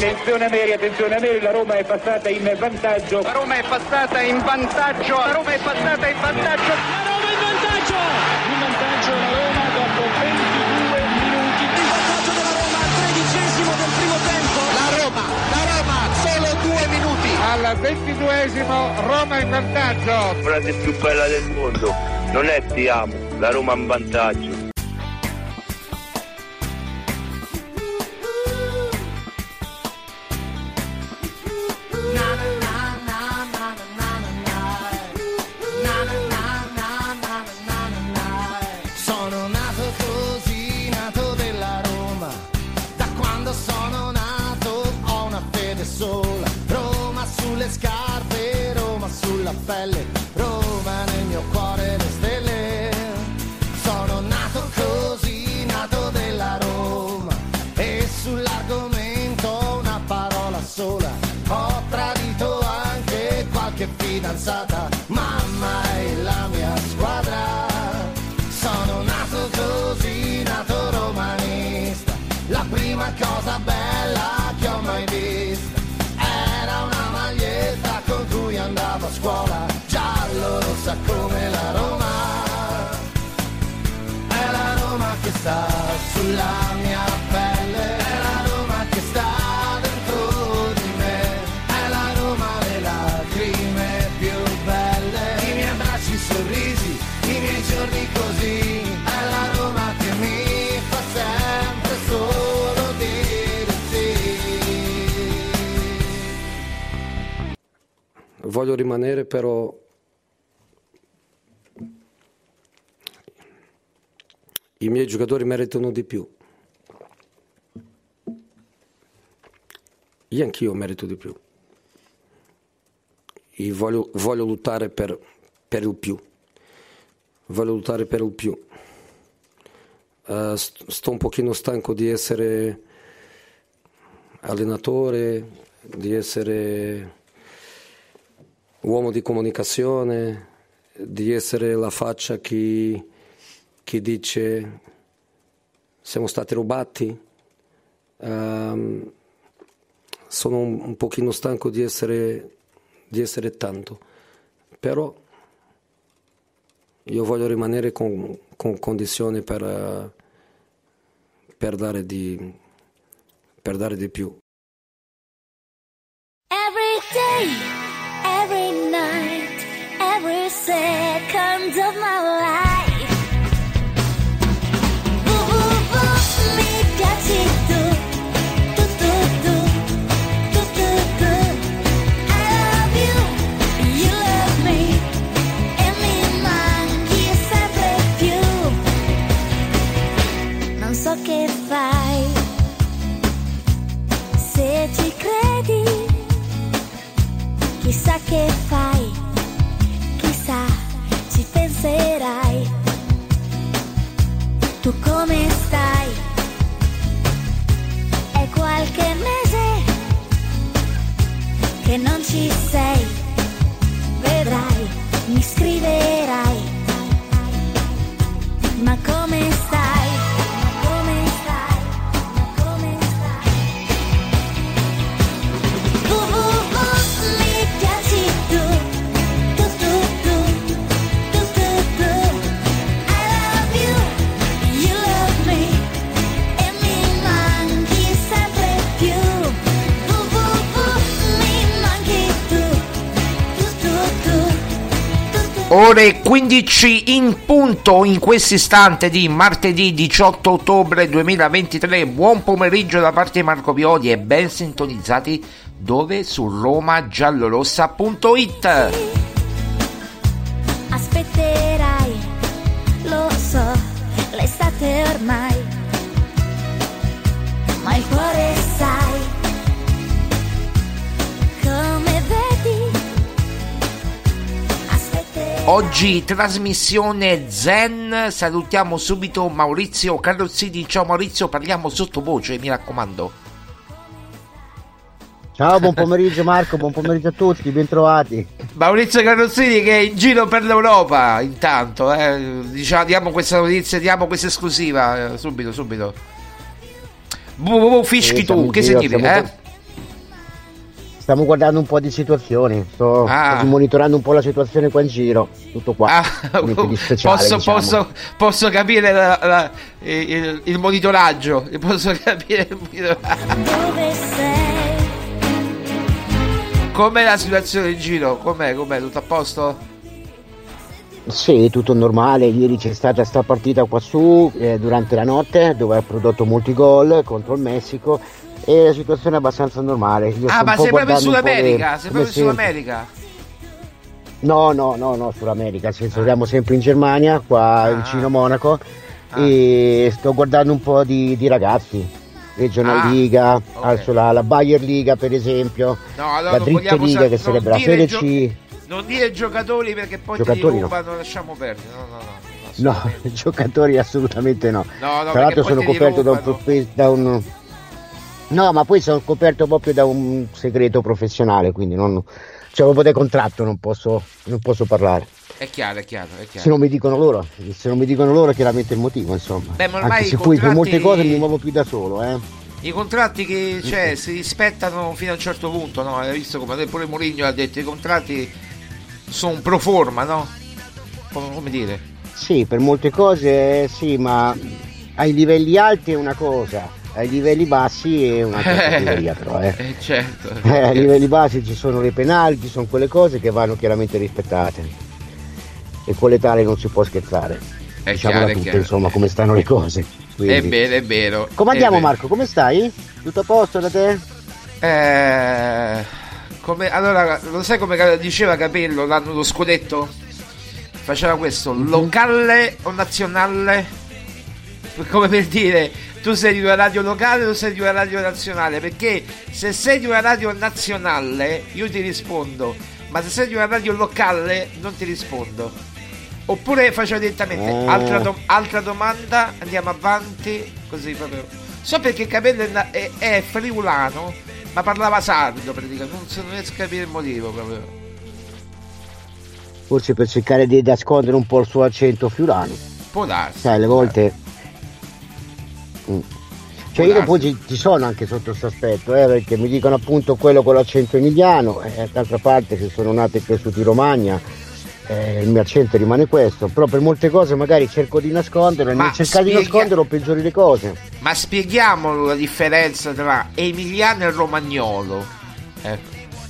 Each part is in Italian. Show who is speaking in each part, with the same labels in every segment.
Speaker 1: Attenzione Ameri, la Roma è passata in vantaggio.
Speaker 2: La Roma è passata in vantaggio.
Speaker 1: In vantaggio la Roma dopo 22 minuti.
Speaker 3: Il vantaggio della Roma al 13° del primo tempo. La Roma, solo 2 minuti.
Speaker 4: Al 22esimo Roma in vantaggio.
Speaker 5: La frase più bella del mondo non è ti amo, la Roma in vantaggio.
Speaker 6: Pelle, Roma nel mio cuore le stelle. Sono nato così, nato della Roma, e sull'argomento una parola sola. Ho tradito anche qualche fidanzata, mamma è la mia squadra. Sono nato così, nato romanista. La prima cosa bella che ho mai visto era una maglietta con cui andavo a scuola, giallo rossa come la Roma. È la Roma che sta sulla mia pelle, è la Roma che sta dentro di me, è la Roma le lacrime più belle, i miei abbracci, i sorrisi, i miei giorni così, è la Roma che mi fa sempre solo dire sì.
Speaker 7: Voglio rimanere, però i miei giocatori meritano di più. Io anch'io merito di più. Io voglio lottare per il più. Voglio lottare per il più. Sto un pochino stanco di essere allenatore, di essere uomo di comunicazione, di essere la faccia che dice siamo stati rubati. Sono un pochino stanco di essere tanto, però io voglio rimanere con condizioni per dare di più.
Speaker 8: Every day, every night, every second of my life. Mi piaci tu, tu, tu, tu, tu, tu, tu. I love you, you love me, e mi manchi sempre più. Non so che fai, se ci credi, chissà che fai, chissà ci penserai. Tu come stai? È qualche mese che non ci sei, vedrai, mi scriverai. Ma come stai? Come stai? Come stai? Mi piaci tu, tu, tu, tu, tu, tu, tu. I love you, you love me, e mi manchi sempre più. Mi manchi tu, tu, tu, tu, tu.
Speaker 9: Ore 15 in punto in questo istante di martedì 18 ottobre 2023. Buon pomeriggio da parte di Marco Violi e ben sintonizzati dove? Su romagiallorossa.it.
Speaker 8: Aspetterai, lo so, l'estate ormai, ma il cuore sai, come vedi, aspetterai.
Speaker 9: Oggi trasmissione Zen, salutiamo subito Maurizio Carrozzini. Ciao Maurizio, parliamo sottovoce, mi raccomando.
Speaker 10: Ciao, buon pomeriggio Marco, buon pomeriggio a tutti, bentrovati.
Speaker 9: Maurizio Carrozzini che è in giro per l'Europa intanto, diciamo, diamo questa notizia, diamo questa esclusiva subito. Fischi tu, che significa?
Speaker 10: Stiamo guardando un po' di situazioni, sto monitorando un po' la situazione qua in giro, tutto qua. Niente di speciale,
Speaker 9: posso capire il monitoraggio, posso capire il monitoraggio.
Speaker 8: Dove sei?
Speaker 9: Com'è la situazione in giro? Com'è? Tutto a posto?
Speaker 10: Sì, tutto normale. Ieri c'è stata sta partita qua su durante la notte dove ha prodotto molti gol contro il Messico e la situazione è abbastanza normale. Io sto un
Speaker 9: ma
Speaker 10: po'
Speaker 9: sei proprio in
Speaker 10: guardando un po'
Speaker 9: Sud-America? Sei
Speaker 10: come
Speaker 9: proprio in Sud America?
Speaker 10: No, Sud America, siamo sempre in Germania, qua vicino Monaco, e sto guardando un po' di ragazzi, Regional Liga, la Bayer Liga per esempio,
Speaker 9: allora
Speaker 10: la Dritte Liga che sarebbe la Serie C.
Speaker 9: Non dire giocatori perché poi
Speaker 10: Giocatori
Speaker 9: ti rubano, lasciamo perdere.
Speaker 10: No, giocatori assolutamente no.
Speaker 9: Tra
Speaker 10: l'altro sono coperto da un No, ma poi sono coperto proprio da un segreto professionale, quindi cioè proprio del contratto non posso parlare.
Speaker 9: È chiaro.
Speaker 10: Se non mi dicono loro chiaramente il motivo, insomma.
Speaker 9: Beh, ma ormai
Speaker 10: anche se poi per molte cose mi muovo più da solo,
Speaker 9: I contratti che si rispettano fino a un certo punto, no? Hai visto come pure Mourinho ha detto, i contratti sono pro forma, no? Come dire?
Speaker 10: Sì, per molte cose sì, ma ai livelli alti è una cosa, ai livelli bassi è un'altra categoria però.
Speaker 9: Certo.
Speaker 10: Ai livelli bassi ci sono le penalti, sono quelle cose che vanno chiaramente rispettate. E con le tale non si può scherzare. Diciamola tutta, insomma, come stanno le cose. Quindi.
Speaker 9: È vero.
Speaker 10: Come andiamo, Marco? Come stai? Tutto a posto da te?
Speaker 9: Allora, lo sai come diceva Capello l'anno lo scudetto? Faceva questo, locale o nazionale? Come per dire, tu sei di una radio locale o sei di una radio nazionale? Perché se sei di una radio nazionale io ti rispondo, ma se sei di una radio locale non ti rispondo. Oppure faccio direttamente altra domanda, andiamo avanti, così proprio. So perché Capello è friulano, ma parlava sardo praticamente, non riesco a capire il motivo proprio.
Speaker 10: Forse per cercare di nascondere un po' il suo accento friulano.
Speaker 9: Può darsi.
Speaker 10: Sai, alle volte. Cioè io poi ci sono anche sotto questo aspetto, perché mi dicono appunto quello con l'accento emiliano, d'altra parte se sono nato e cresciuto in Romagna, il mio accento rimane questo, però per molte cose magari cerco di nasconderlo e nel cercare di nasconderlo peggiori le cose.
Speaker 9: Ma spieghiamo la differenza tra emiliano e romagnolo. Ecco.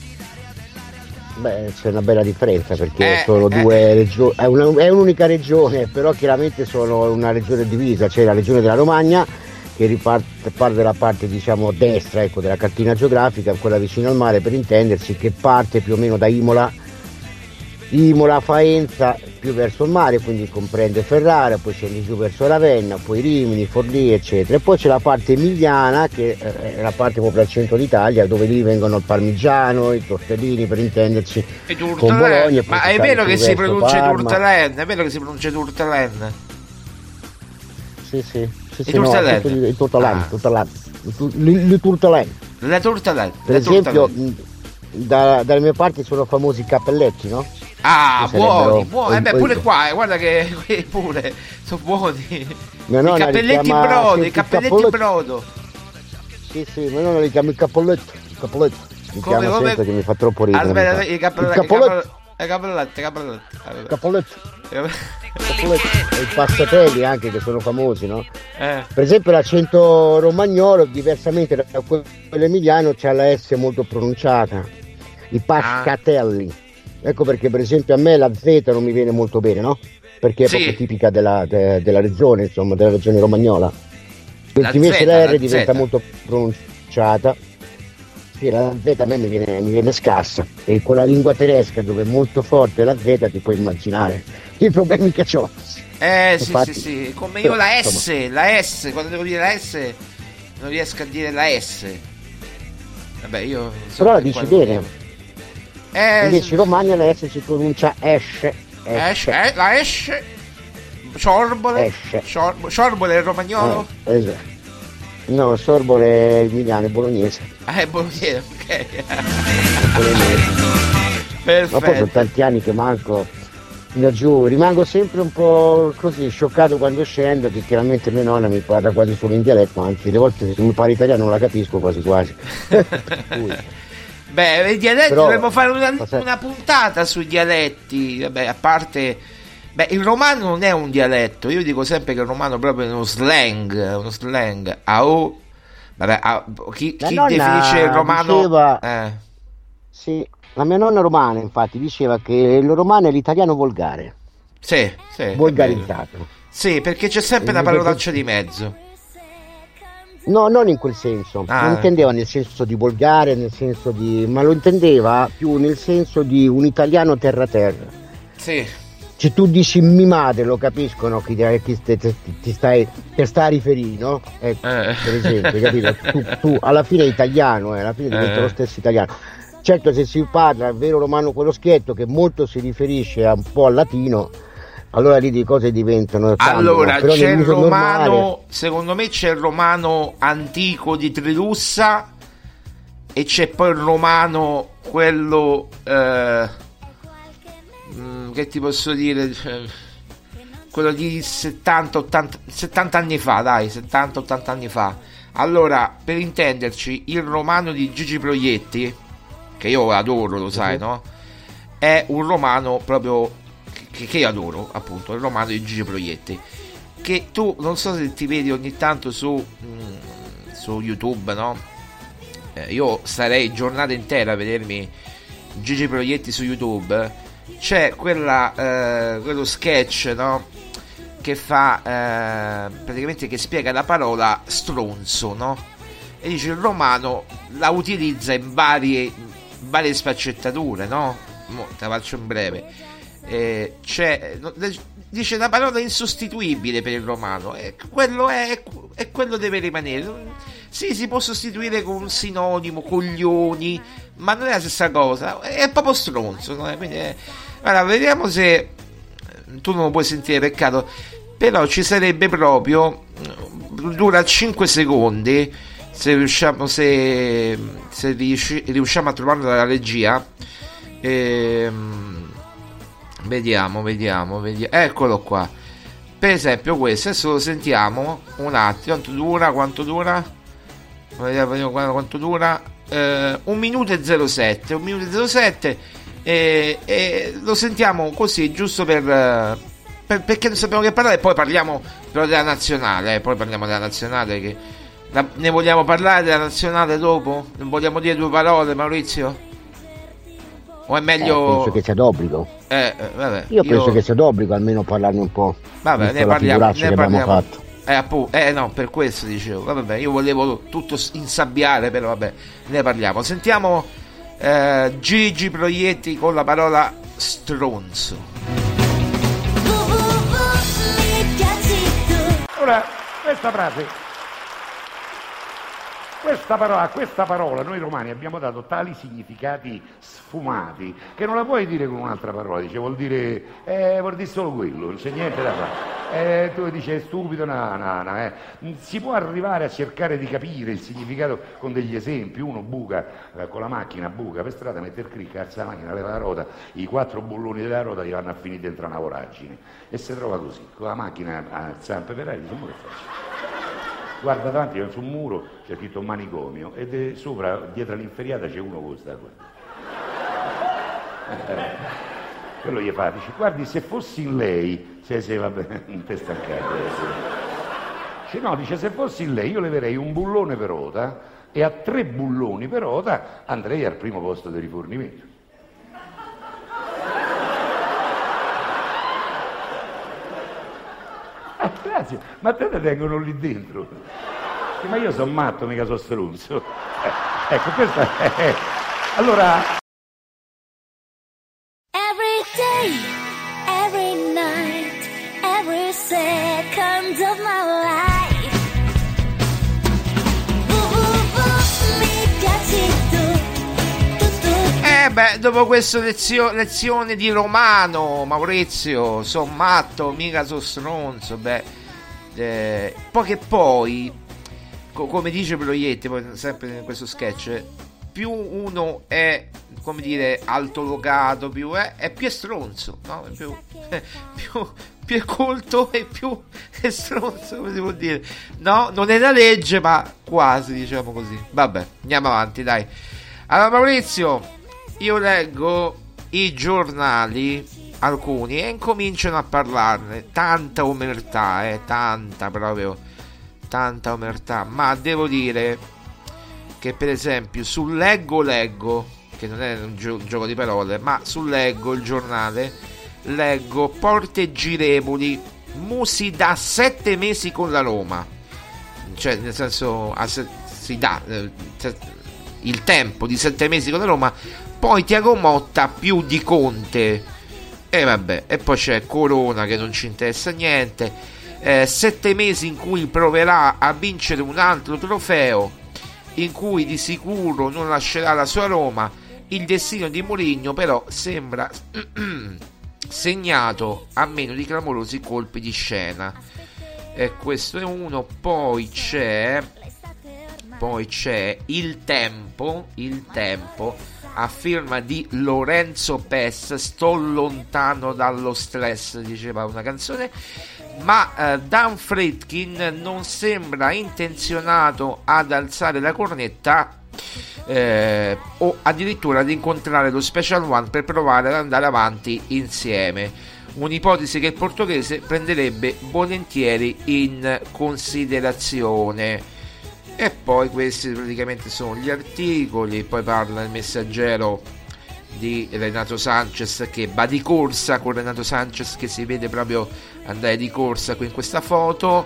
Speaker 10: Beh, c'è una bella differenza perché sono due regioni, è un'unica regione, però chiaramente sono una regione divisa, c'è la regione della Romagna che parte della parte diciamo destra, ecco, della cartina geografica, quella vicino al mare per intendersi, che parte più o meno da Imola, Faenza, più verso il mare, quindi comprende Ferrara, poi scendi giù verso Ravenna, poi Rimini, Forlì, eccetera. E poi c'è la parte emiliana, che è la parte proprio al centro d'Italia, dove lì vengono il parmigiano, i tortellini, per intenderci, con Bologna.
Speaker 9: Ma è vero che si pronuncia Turtelen? È vero che si pronuncia Turtelen?
Speaker 10: Sì.
Speaker 9: Il Turtelen.
Speaker 10: Il Turtelen.
Speaker 9: La Turtelen.
Speaker 10: Per esempio, dalle mie parti sono famosi i cappelletti, no?
Speaker 9: Buoni. Pure qua, guarda che pure sono buoni. I cappelletti in brodo.
Speaker 10: Sì, mia nonna li chiama il cappelletto. Mi chiama sempre che mi fa troppo ridere.
Speaker 9: Aspetta, i cappelletti.
Speaker 10: E i passatelli anche che sono famosi, no? Per esempio l'accento romagnolo, diversamente da quello emiliano, c'ha la S molto pronunciata. I pascatelli. Ecco perché per esempio a me la Z non mi viene molto bene, no? Perché è proprio tipica della regione, insomma, della regione romagnola. Perché invece la R diventa molto pronunciata. Sì, la Z a me mi viene scarsa. E con la lingua tedesca dove è molto forte la Z ti puoi immaginare i problemi che ho.
Speaker 9: Infatti, sì. Come io la S, quando devo dire la S non riesco a dire la S. Vabbè, io so.
Speaker 10: Però la dici bene. Invece in Romagna la S si pronuncia esce.
Speaker 9: La esce. Ciorbole. Ciorbole è il romagnolo?
Speaker 10: Esatto. No, Sorbole è emiliano, è bolognese.
Speaker 9: È bolognese, ok.
Speaker 10: Perfetto. Ma poi sono tanti anni che manco da giù, rimango sempre un po' così scioccato quando scendo, che chiaramente mia nonna mi parla quasi solo in dialetto, anzi le volte se mi parla italiano non la capisco quasi.
Speaker 9: Beh, i dialetti,
Speaker 10: Però,
Speaker 9: dovremmo fare una puntata sui dialetti. Vabbè, a parte, beh, il romano non è un dialetto. Io dico sempre che il romano proprio è uno slang. Vabbè, chi definisce il romano?
Speaker 10: Diceva, sì, la mia nonna romana, infatti, diceva che il romano è l'italiano volgare.
Speaker 9: Sì,
Speaker 10: volgarizzato.
Speaker 9: Sì, perché c'è sempre una parolaccia di mezzo.
Speaker 10: No, non in quel senso, non intendeva nel senso di volgare, nel senso di, ma lo intendeva più nel senso di un italiano terra.
Speaker 9: Sì.
Speaker 10: Se tu dici mi madre, lo capiscono chi ti stai a riferire, no? Per esempio, capito? Tu alla fine è italiano, alla fine diventa lo stesso italiano. Certo, se si parla il vero romano quello schietto, che molto si riferisce un po' al latino, allora lì di cose diventano
Speaker 9: allora
Speaker 10: però
Speaker 9: c'è il romano
Speaker 10: normale...
Speaker 9: secondo me c'è il romano antico di Trilussa e c'è poi il romano quello che ti posso dire, quello di 70 anni fa, dai, 70-80 anni fa. Allora, per intenderci, il romano di Gigi Proietti, che io adoro, lo sai, no? È un romano proprio che io adoro, appunto, il romano di Gigi Proietti, che tu non so se ti vedi ogni tanto su YouTube, no? Io starei giornata intera a vedermi Gigi Proietti su YouTube. C'è quello sketch, no? Che fa praticamente, che spiega la parola stronzo, no? E dice il romano la utilizza in varie sfaccettature, no? Te la faccio in breve. Dice una parola insostituibile per il romano, e quello deve rimanere. Sì, si può sostituire con un sinonimo, coglioni, ma non è la stessa cosa, è proprio stronzo, no? Quindi, allora, vediamo se tu non lo puoi sentire, peccato, però ci sarebbe proprio, dura 5 secondi, se riusciamo a trovarlo dalla regia. Vediamo, eccolo qua. Per esempio questo, adesso lo sentiamo un attimo. Quanto dura? Vediamo quanto dura. 1 minuto e 07. E lo sentiamo così, giusto perché non sappiamo che parlare. E poi parliamo però della nazionale. Che ne vogliamo parlare della nazionale dopo? Non vogliamo dire 2 parole, Maurizio? O è meglio?
Speaker 10: Penso che sia d'obbligo.
Speaker 9: Vabbè,
Speaker 10: io penso che sia d'obbligo almeno parlarne un po'.
Speaker 9: Vabbè, ne
Speaker 10: parliamo.
Speaker 9: Abbiamo fatto. No, per questo dicevo. Vabbè, io volevo tutto insabbiare, però vabbè, ne parliamo. Sentiamo Gigi Proietti con la parola stronzo.
Speaker 1: Ora, questa frase, a questa parola noi romani abbiamo dato tali significati sfumati che non la puoi dire con un'altra parola. Dice, vuol dire solo quello, non c'è niente da fare. Tu dici è stupido, si può arrivare a cercare di capire il significato con degli esempi. Uno buca con la macchina, buca per strada, mette il clic, alza la macchina, leva la ruota, i 4 bulloni della ruota gli vanno a finire dentro una voragine e si trova così con la macchina a zampe per aria. Dice, ma che faccio? Guarda davanti su un muro c'è scritto manicomio e sopra, dietro all'inferiata, c'è uno con questa quello gli fa, dice, guardi, se fossi in lei, vabbè, non te stancare. Dice, se fossi in lei io leverei un bullone per ota e a 3 bulloni per ota andrei al primo posto di rifornimento. Grazie, ma te tengono lì dentro. Ma io sono matto, mica sono stronzo. Ecco, questa è. Allora.
Speaker 8: Every day, every night, every second of my life. Mi piaci tu.
Speaker 9: Beh, dopo questa lezione di romano, Maurizio, son matto, mica so stronzo, poi, come dice Proietti, poi sempre in questo sketch, più uno è, come dire, altolocato, più è stronzo, no? Più è colto e più è stronzo, come si può dire? No, non è la legge, ma quasi, diciamo così. Vabbè, andiamo avanti, dai. Allora Maurizio, io leggo i giornali, alcuni, e incominciano a parlarne. Tanta omertà, tanta proprio, tanta omertà. Ma devo dire che per esempio su Leggo, che non è un gioco di parole, ma su Leggo, il giornale, leggo porte girevoli, Musi da 7 mesi con la Roma. Cioè, nel senso, si dà il tempo di 7 mesi con la Roma. Poi Thiago Motta più di Conte. E vabbè, e poi c'è Corona che non ci interessa niente. 7 mesi in cui proverà a vincere un altro trofeo, in cui di sicuro non lascerà la sua Roma. Il destino di Mourinho però sembra segnato a meno di clamorosi colpi di scena. E questo è uno. Poi c'è il tempo a firma di Lorenzo Pes. Sto lontano dallo stress, diceva una canzone. Ma Dan Friedkin non sembra intenzionato ad alzare la cornetta o addirittura ad incontrare lo Special One per provare ad andare avanti insieme. Un'ipotesi che il portoghese prenderebbe volentieri in considerazione. E poi questi praticamente sono gli articoli. Poi parla il Messaggero di Renato Sanchez che va di corsa, con Renato Sanchez che si vede proprio andare di corsa qui in questa foto,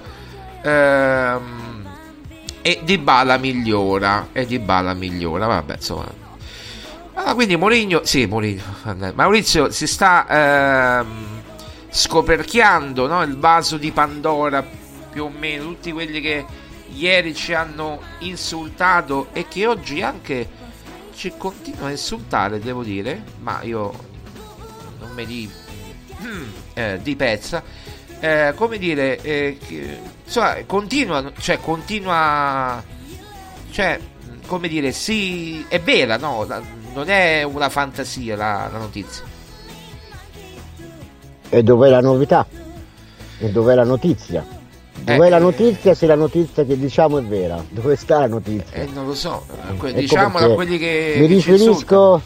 Speaker 9: e Dybala migliora, vabbè, insomma. Quindi Mourinho, Maurizio si sta scoperchiando, no? Il vaso di Pandora, più o meno, tutti quelli che ieri ci hanno insultato e che oggi anche ci continuano a insultare, devo dire, ma io non me di pezza, come dire, insomma, continua, come dire, sì, è vera, no? Non è una fantasia la notizia.
Speaker 10: E dov'è la novità? E dov'è la notizia? Dov'è la notizia se la notizia che diciamo è vera? Dove sta la notizia?
Speaker 9: Non lo so, diciamola a quelli che
Speaker 10: mi riferisco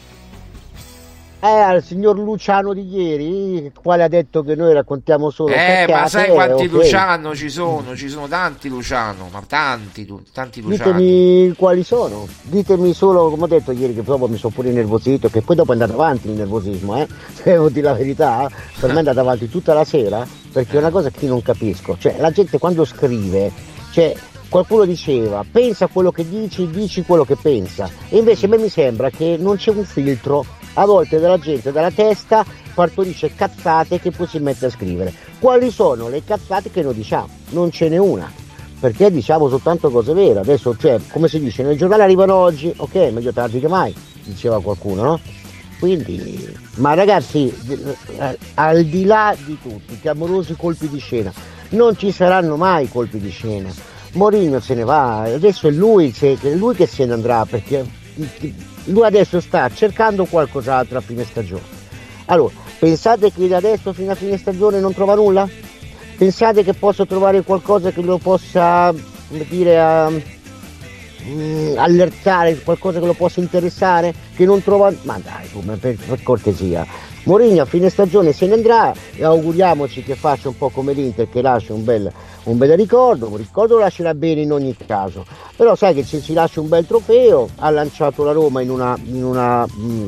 Speaker 10: al signor Luciano di ieri, il quale ha detto che noi raccontiamo solo caccate.
Speaker 9: Ma sai quanti Luciano ci sono tanti Luciano, ma tanti Luciano.
Speaker 10: Ditemi quali sono, ditemi solo, come ho detto ieri, che proprio mi sono pure innervosito, che poi dopo è andato avanti il nervosismo, devo dire la verità, per me è andato avanti tutta la sera, perché è una cosa che io non capisco, cioè la gente quando scrive, cioè qualcuno diceva pensa quello che dici quello che pensa, e invece a me mi sembra che non c'è un filtro a volte della gente, dalla testa partorisce cazzate che poi si mette a scrivere. Quali sono le cazzate che noi diciamo? Non ce n'è una, perché diciamo soltanto cose vere. Adesso, cioè, come si dice, nel giornale arrivano oggi, ok, meglio tardi che mai, diceva qualcuno, no? Quindi, ma ragazzi, al di là di tutti i clamorosi colpi di scena, non ci saranno mai colpi di scena. Mourinho se ne va, adesso è lui che se ne andrà, perché lui adesso sta cercando qualcos'altro a fine stagione. Allora, pensate che da adesso fino a fine stagione non trova nulla? Pensate che possa trovare qualcosa che lo possa, come dire, allertare, qualcosa che lo possa interessare? Che non trova? Ma dai, per cortesia. Mourinho a fine stagione se ne andrà e auguriamoci che faccia un po' come l'Inter, che lascia un bel ricordo. Un ricordo lo lascerà bene in ogni caso, però sai che se si lascia un bel trofeo, ha lanciato la Roma ha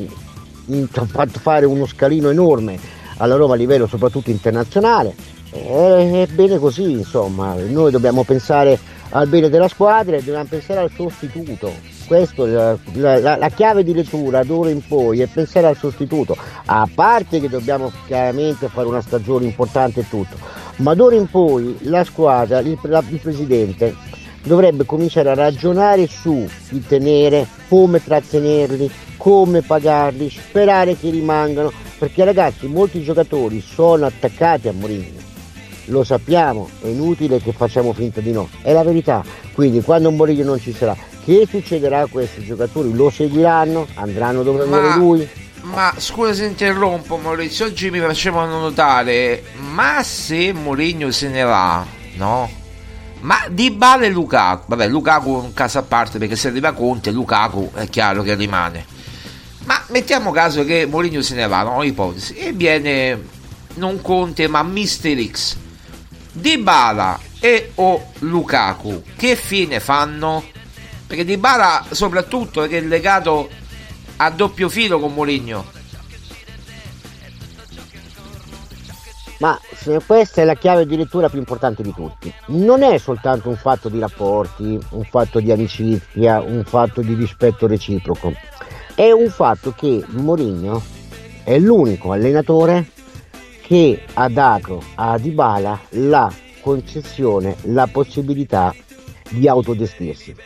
Speaker 10: fatto fare uno scalino enorme alla Roma a livello soprattutto internazionale. È bene così, insomma, noi dobbiamo pensare al bene della squadra e dobbiamo pensare al sostituto. Questo la chiave di lettura d'ora in poi è pensare al sostituto, a parte che dobbiamo chiaramente fare una stagione importante e tutto, ma d'ora in poi la squadra, il presidente dovrebbe cominciare a ragionare su di tenere, come trattenerli, come pagarli, sperare che rimangano, perché ragazzi molti giocatori sono attaccati a Mourinho, lo sappiamo, è inutile che facciamo finta di no, è la verità. Quindi quando Mourinho non ci sarà, che succederà a questi giocatori? Lo seguiranno? Andranno dove vuole lui?
Speaker 9: Ma scusa se interrompo Maurizio, oggi mi facevano notare, ma se Mourinho se ne va, no? Ma Dybala e Lukaku, vabbè, Lukaku è un caso a parte, perché se arriva Conte, Lukaku è chiaro che rimane. Ma mettiamo caso che Mourinho se ne va, no? Ipotesi, e viene non Conte ma Mister X. Dybala e o Lukaku che fine fanno? Perché Dybala soprattutto perché è legato a doppio filo con Mourinho.
Speaker 10: Ma questa è la chiave di lettura più importante di tutti. Non è soltanto un fatto di rapporti, un fatto di amicizia, un fatto di rispetto reciproco. È un fatto che Mourinho è l'unico allenatore che ha dato a Dybala la concessione, la possibilità di autogestirsi.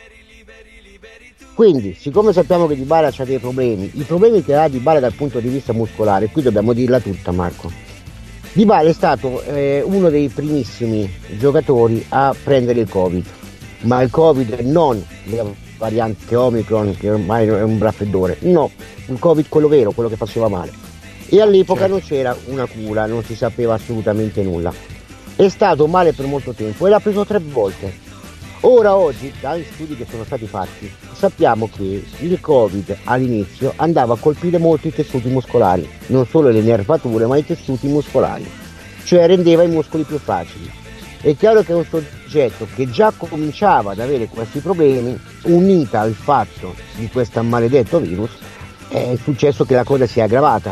Speaker 10: Quindi, siccome sappiamo che Dybala ha dei problemi, i problemi che ha Dybala dal punto di vista muscolare, qui dobbiamo dirla tutta, Marco. Dybala è stato uno dei primissimi giocatori a prendere il Covid, ma il Covid non la variante Omicron che ormai è un raffreddore, no, il Covid quello vero, quello che faceva male. E all'epoca non c'era una cura, non si sapeva assolutamente nulla. È stato male per molto tempo e l'ha preso 3 volte. Ora oggi, dagli studi che sono stati fatti, sappiamo che il Covid all'inizio andava a colpire molto i tessuti muscolari, non solo le nervature ma i tessuti muscolari, cioè rendeva i muscoli più fragili. È chiaro che è un soggetto che già cominciava ad avere questi problemi, unita al fatto di questo maledetto virus, è successo che la cosa si è aggravata.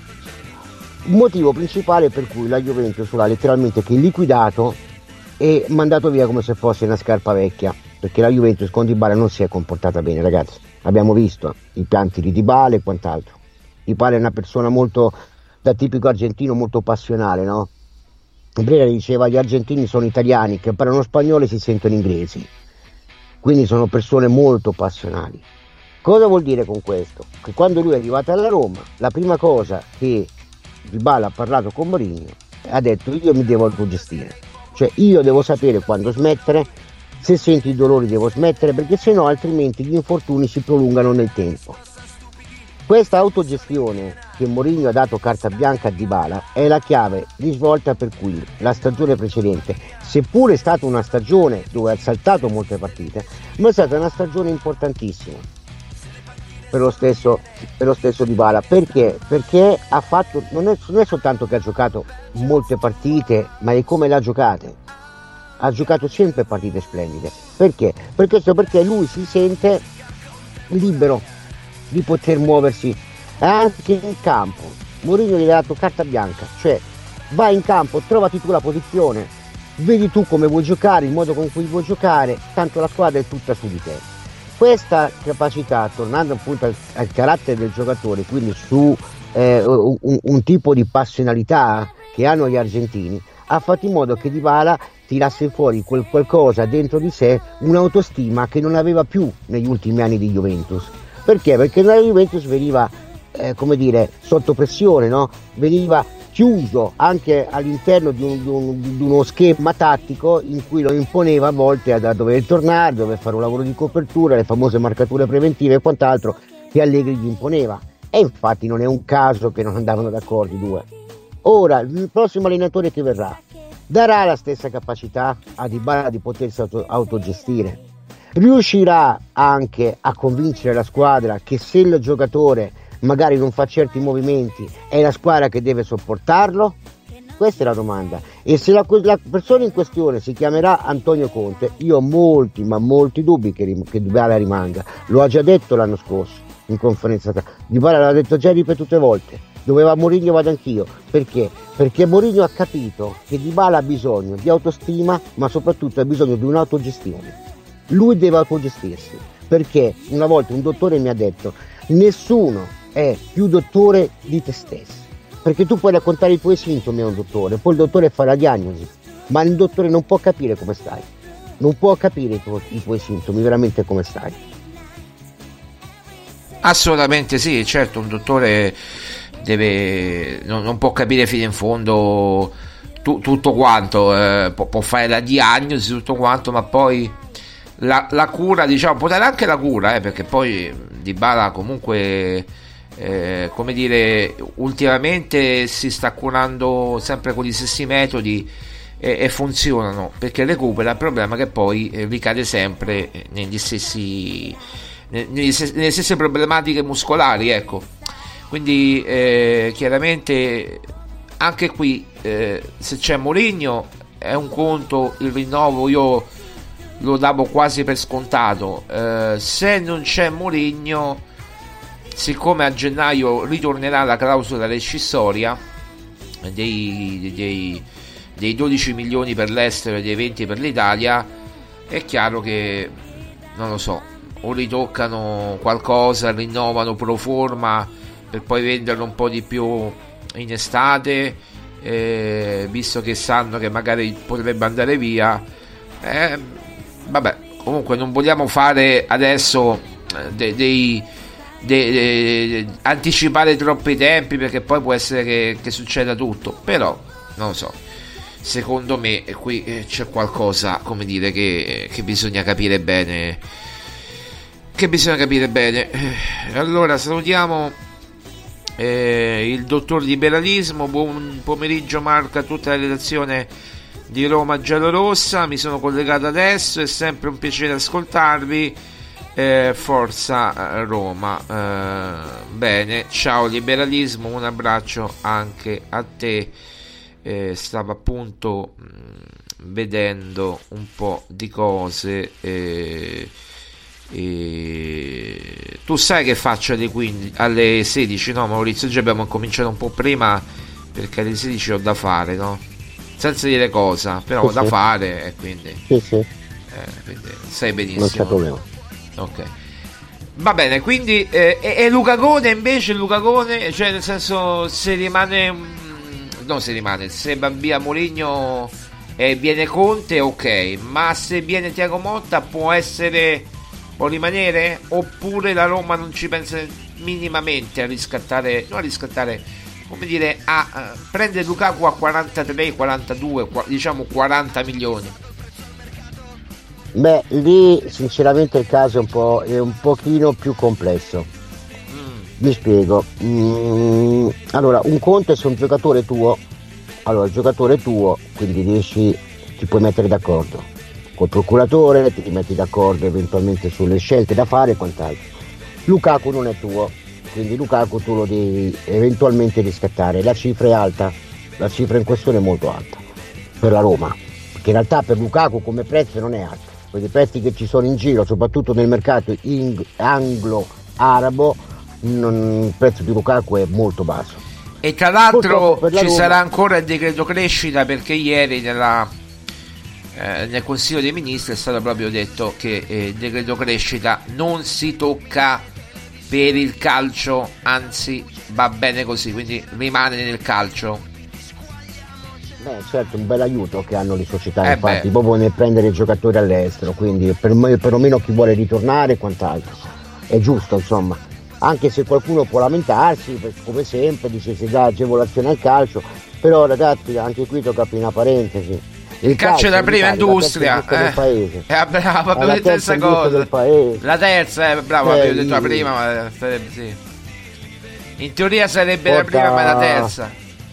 Speaker 10: Il motivo principale per cui la Juventus l'ha letteralmente che liquidato e mandato via come se fosse una scarpa vecchia, perché la Juventus con Dybala non si è comportata bene, ragazzi. Abbiamo visto i pianti di Dybala e quant'altro. Dybala è una persona molto da tipico argentino, molto passionale, no? Brera diceva gli argentini sono italiani che parlano spagnolo e si sentono inglesi, quindi sono persone molto passionali. Cosa vuol dire con questo? Che quando lui è arrivato alla Roma, la prima cosa che Dybala ha parlato con Mourinho ha detto: io mi devo autogestire, cioè io devo sapere quando smettere, se senti i dolori devo smettere, perché sennò altrimenti gli infortuni si prolungano nel tempo. Questa autogestione che Mourinho ha dato carta bianca a Dybala è la chiave di svolta per cui la stagione precedente, seppure è stata una stagione dove ha saltato molte partite, ma è stata una stagione importantissima per lo stesso Dybala. Perché? Perché ha fatto, non è soltanto che ha giocato molte partite, ma è come le ha giocate. Ha giocato sempre partite splendide. Perché? Perché lui si sente libero di poter muoversi anche in campo. Mourinho gli ha dato carta bianca, cioè vai in campo, trovati tu la posizione, vedi tu come vuoi giocare, il modo con cui vuoi giocare, tanto la squadra è tutta su di te. Questa capacità, tornando appunto al carattere del giocatore, quindi su un tipo di passionalità che hanno gli argentini, ha fatto in modo che Dybala tirasse fuori quel qualcosa dentro di sé, un'autostima che non aveva più negli ultimi anni di Juventus. Perché? Perché la Juventus veniva, sotto pressione, no? Veniva chiuso anche all'interno di uno schema tattico in cui lo imponeva a volte a dover tornare, dover fare un lavoro di copertura, le famose marcature preventive e quant'altro che Allegri gli imponeva. E infatti non è un caso che non andavano d'accordo i due. Ora, il prossimo allenatore che verrà darà la stessa capacità a Dybala di potersi autogestire. Riuscirà anche a convincere la squadra che se il giocatore magari non fa certi movimenti è la squadra che deve sopportarlo? Questa è la domanda. E se la persona in questione si chiamerà Antonio Conte, io ho molti dubbi che Dybala rimanga. Lo ha già detto l'anno scorso in conferenza. Dybala l'ha detto già ripetute volte. Dove va Mourinho vado anch'io. Perché? Perché Mourinho ha capito che Dybala ha bisogno di autostima, ma soprattutto ha bisogno di un'autogestione. Lui deve autogestirsi, perché una volta un dottore mi ha detto: nessuno è più dottore di te stesso, perché tu puoi raccontare i tuoi sintomi a un dottore, poi il dottore fa la diagnosi, ma il dottore non può capire come stai, non può capire i tuoi sintomi, veramente come stai.
Speaker 9: Assolutamente sì, certo, un dottore non può capire fino in fondo tutto quanto, può fare la diagnosi, tutto quanto, ma poi la cura, diciamo, può dare anche la cura, perché poi Dybala comunque ultimamente si sta curando sempre con gli stessi metodi, e funzionano perché recupera. Il problema è che poi ricade sempre nelle stesse problematiche muscolari, ecco. Quindi chiaramente anche qui se c'è Mourinho è un conto, il rinnovo io lo davo quasi per scontato. Se non c'è Mourinho, siccome a gennaio ritornerà la clausola rescissoria dei 12 milioni per l'estero e dei 20 per l'Italia, è chiaro che non lo so, o ritoccano qualcosa, rinnovano pro forma per poi venderlo un po' di più in estate, visto che sanno che magari potrebbe andare via. Vabbè, comunque non vogliamo fare adesso anticipare troppi tempi, perché poi può essere che succeda tutto, però non lo so, secondo me qui c'è qualcosa, come dire, che bisogna capire bene, allora salutiamo il dottor Liberalismo. Buon pomeriggio Marco, a tutta la redazione di Roma Giallorossa, mi sono collegato adesso, è sempre un piacere ascoltarvi, forza Roma. Bene, ciao Liberalismo, un abbraccio anche a te. Stavo appunto vedendo un po' di cose. Tu sai che faccio alle 16, no Maurizio? Oggi abbiamo cominciato un po' prima perché alle 16 ho da fare, no? Senza dire cosa, però ho da fare, e quindi quindi sai benissimo,
Speaker 10: non c'è problema.
Speaker 9: Ok, va bene, quindi e Lucagone invece, cioè nel senso, se va via Mourinho e viene Conte, ok, ma se viene Thiago Motta può rimanere, oppure la Roma non ci pensa minimamente a riscattare, come dire, a prendere Lukaku a 43, 42, diciamo 40 milioni.
Speaker 10: Beh, lì sinceramente il caso è un pochino più complesso. Mi spiego. Allora, un conto è se un giocatore tuo, quindi ti puoi mettere d'accordo col procuratore, ti metti d'accordo eventualmente sulle scelte da fare e quant'altro. Lukaku non è tuo, quindi Lukaku tu lo devi eventualmente riscattare. La cifra è alta, la cifra in questione è molto alta per la Roma, perché in realtà per Lukaku come prezzo non è alto, perché i prezzi che ci sono in giro, soprattutto nel mercato anglo-arabo, il prezzo di Lukaku è molto basso.
Speaker 9: E tra l'altro ci
Speaker 10: Roma
Speaker 9: sarà ancora il decreto crescita, perché ieri nel Consiglio dei Ministri è stato proprio detto che il decreto crescita non si tocca per il calcio, anzi va bene così, quindi rimane nel calcio.
Speaker 10: Beh, certo, un bel aiuto che hanno le società, infatti, proprio nel prendere i giocatori all'estero, quindi perlomeno chi vuole ritornare e quant'altro. È giusto, insomma, anche se qualcuno può lamentarsi, come sempre, dice si dà agevolazione al calcio, però ragazzi, anche qui tocca aprire una parentesi.
Speaker 9: Il calcio è la prima industria,
Speaker 10: paese.
Speaker 9: Bravo, avevo detto la stessa cosa. La terza, bravo, avevo detto la prima, ma sì. In teoria sarebbe la prima, ma è la terza.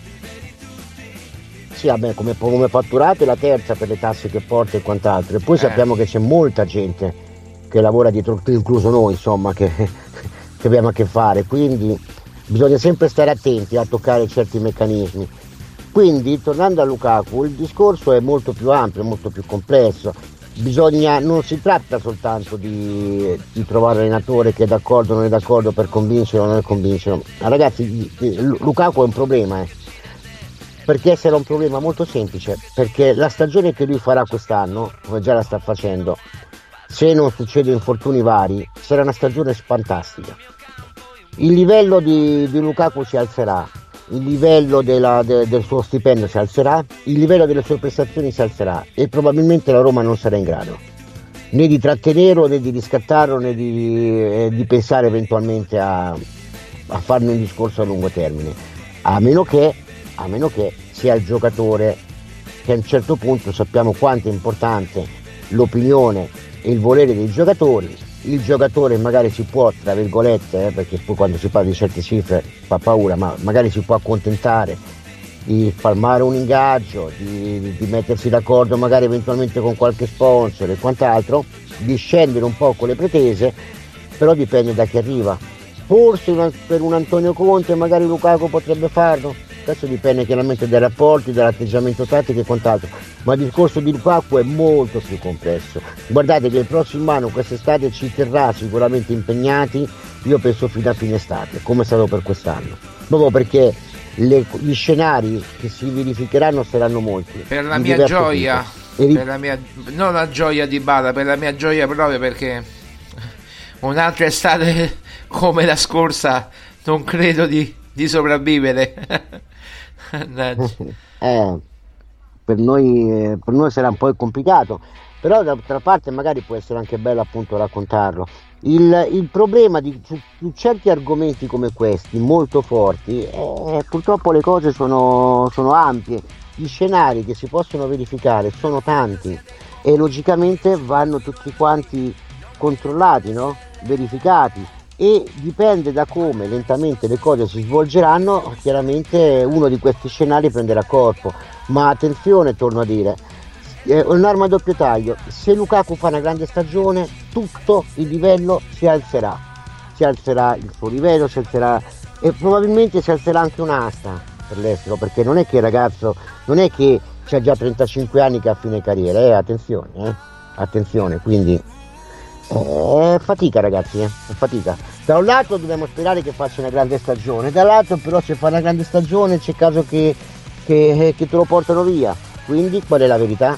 Speaker 10: Sì, vabbè, come fatturato è la terza per le tasse che porta e quant'altro. E poi sappiamo che c'è molta gente che lavora dietro, incluso noi, insomma, che abbiamo a che fare. Quindi bisogna sempre stare attenti a toccare certi meccanismi. Quindi, tornando a Lukaku, il discorso è molto più ampio, molto più complesso. Non si tratta soltanto di trovare allenatore che è d'accordo o non è d'accordo per convincerlo o non è convincerlo. Ragazzi, Lukaku è un problema, perché sarà un problema molto semplice, perché la stagione che lui farà quest'anno, come già la sta facendo, se non succede infortuni vari, sarà una stagione fantastica. Il livello di Lukaku si alzerà, il livello del suo stipendio si alzerà, il livello delle sue prestazioni si alzerà, e probabilmente la Roma non sarà in grado né di trattenerlo, né di riscattarlo, né di pensare eventualmente a farne un discorso a lungo termine, a meno che sia il giocatore, che a un certo punto sappiamo quanto è importante l'opinione e il volere dei giocatori. Il giocatore magari si può, tra virgolette, perché poi quando si parla di certe cifre fa paura, ma magari si può accontentare di farmare un ingaggio, di mettersi d'accordo magari eventualmente con qualche sponsor e quant'altro, di scendere un po' con le pretese, però dipende da chi arriva. Forse per un Antonio Conte magari Lukaku potrebbe farlo, questo dipende chiaramente dai rapporti, dall'atteggiamento tattico e quant'altro, ma il discorso di Lukaku è molto più complesso. Guardate che il prossimo anno, quest'estate, ci terrà sicuramente impegnati, io penso fino a fine estate, come è stato per quest'anno, proprio perché gli scenari che si verificheranno saranno molti.
Speaker 9: Per la mia gioia, per la mia, non la gioia di Bala, per la mia gioia proprio, perché un'altra estate come la scorsa non credo di sopravvivere.
Speaker 10: Per noi sarà un po' complicato, però d'altra parte magari può essere anche bello appunto raccontarlo. Il problema su certi argomenti come questi molto forti, purtroppo le cose sono ampie, gli scenari che si possono verificare sono tanti e logicamente vanno tutti quanti controllati, no? Verificati, e dipende da come lentamente le cose si svolgeranno, chiaramente uno di questi scenari prenderà corpo. Ma attenzione, torno a dire, è un'arma a doppio taglio. Se Lukaku fa una grande stagione, tutto il livello si alzerà il suo livello, si alzerà, e probabilmente si alzerà anche un'asta per l'estero, perché non è che il ragazzo non è che c'ha già 35 anni che ha fine carriera, attenzione, quindi fatica ragazzi, è fatica. Da un lato dobbiamo sperare che faccia una grande stagione, dall'altro però se fa una grande stagione c'è caso che te lo portano via, quindi qual è la verità?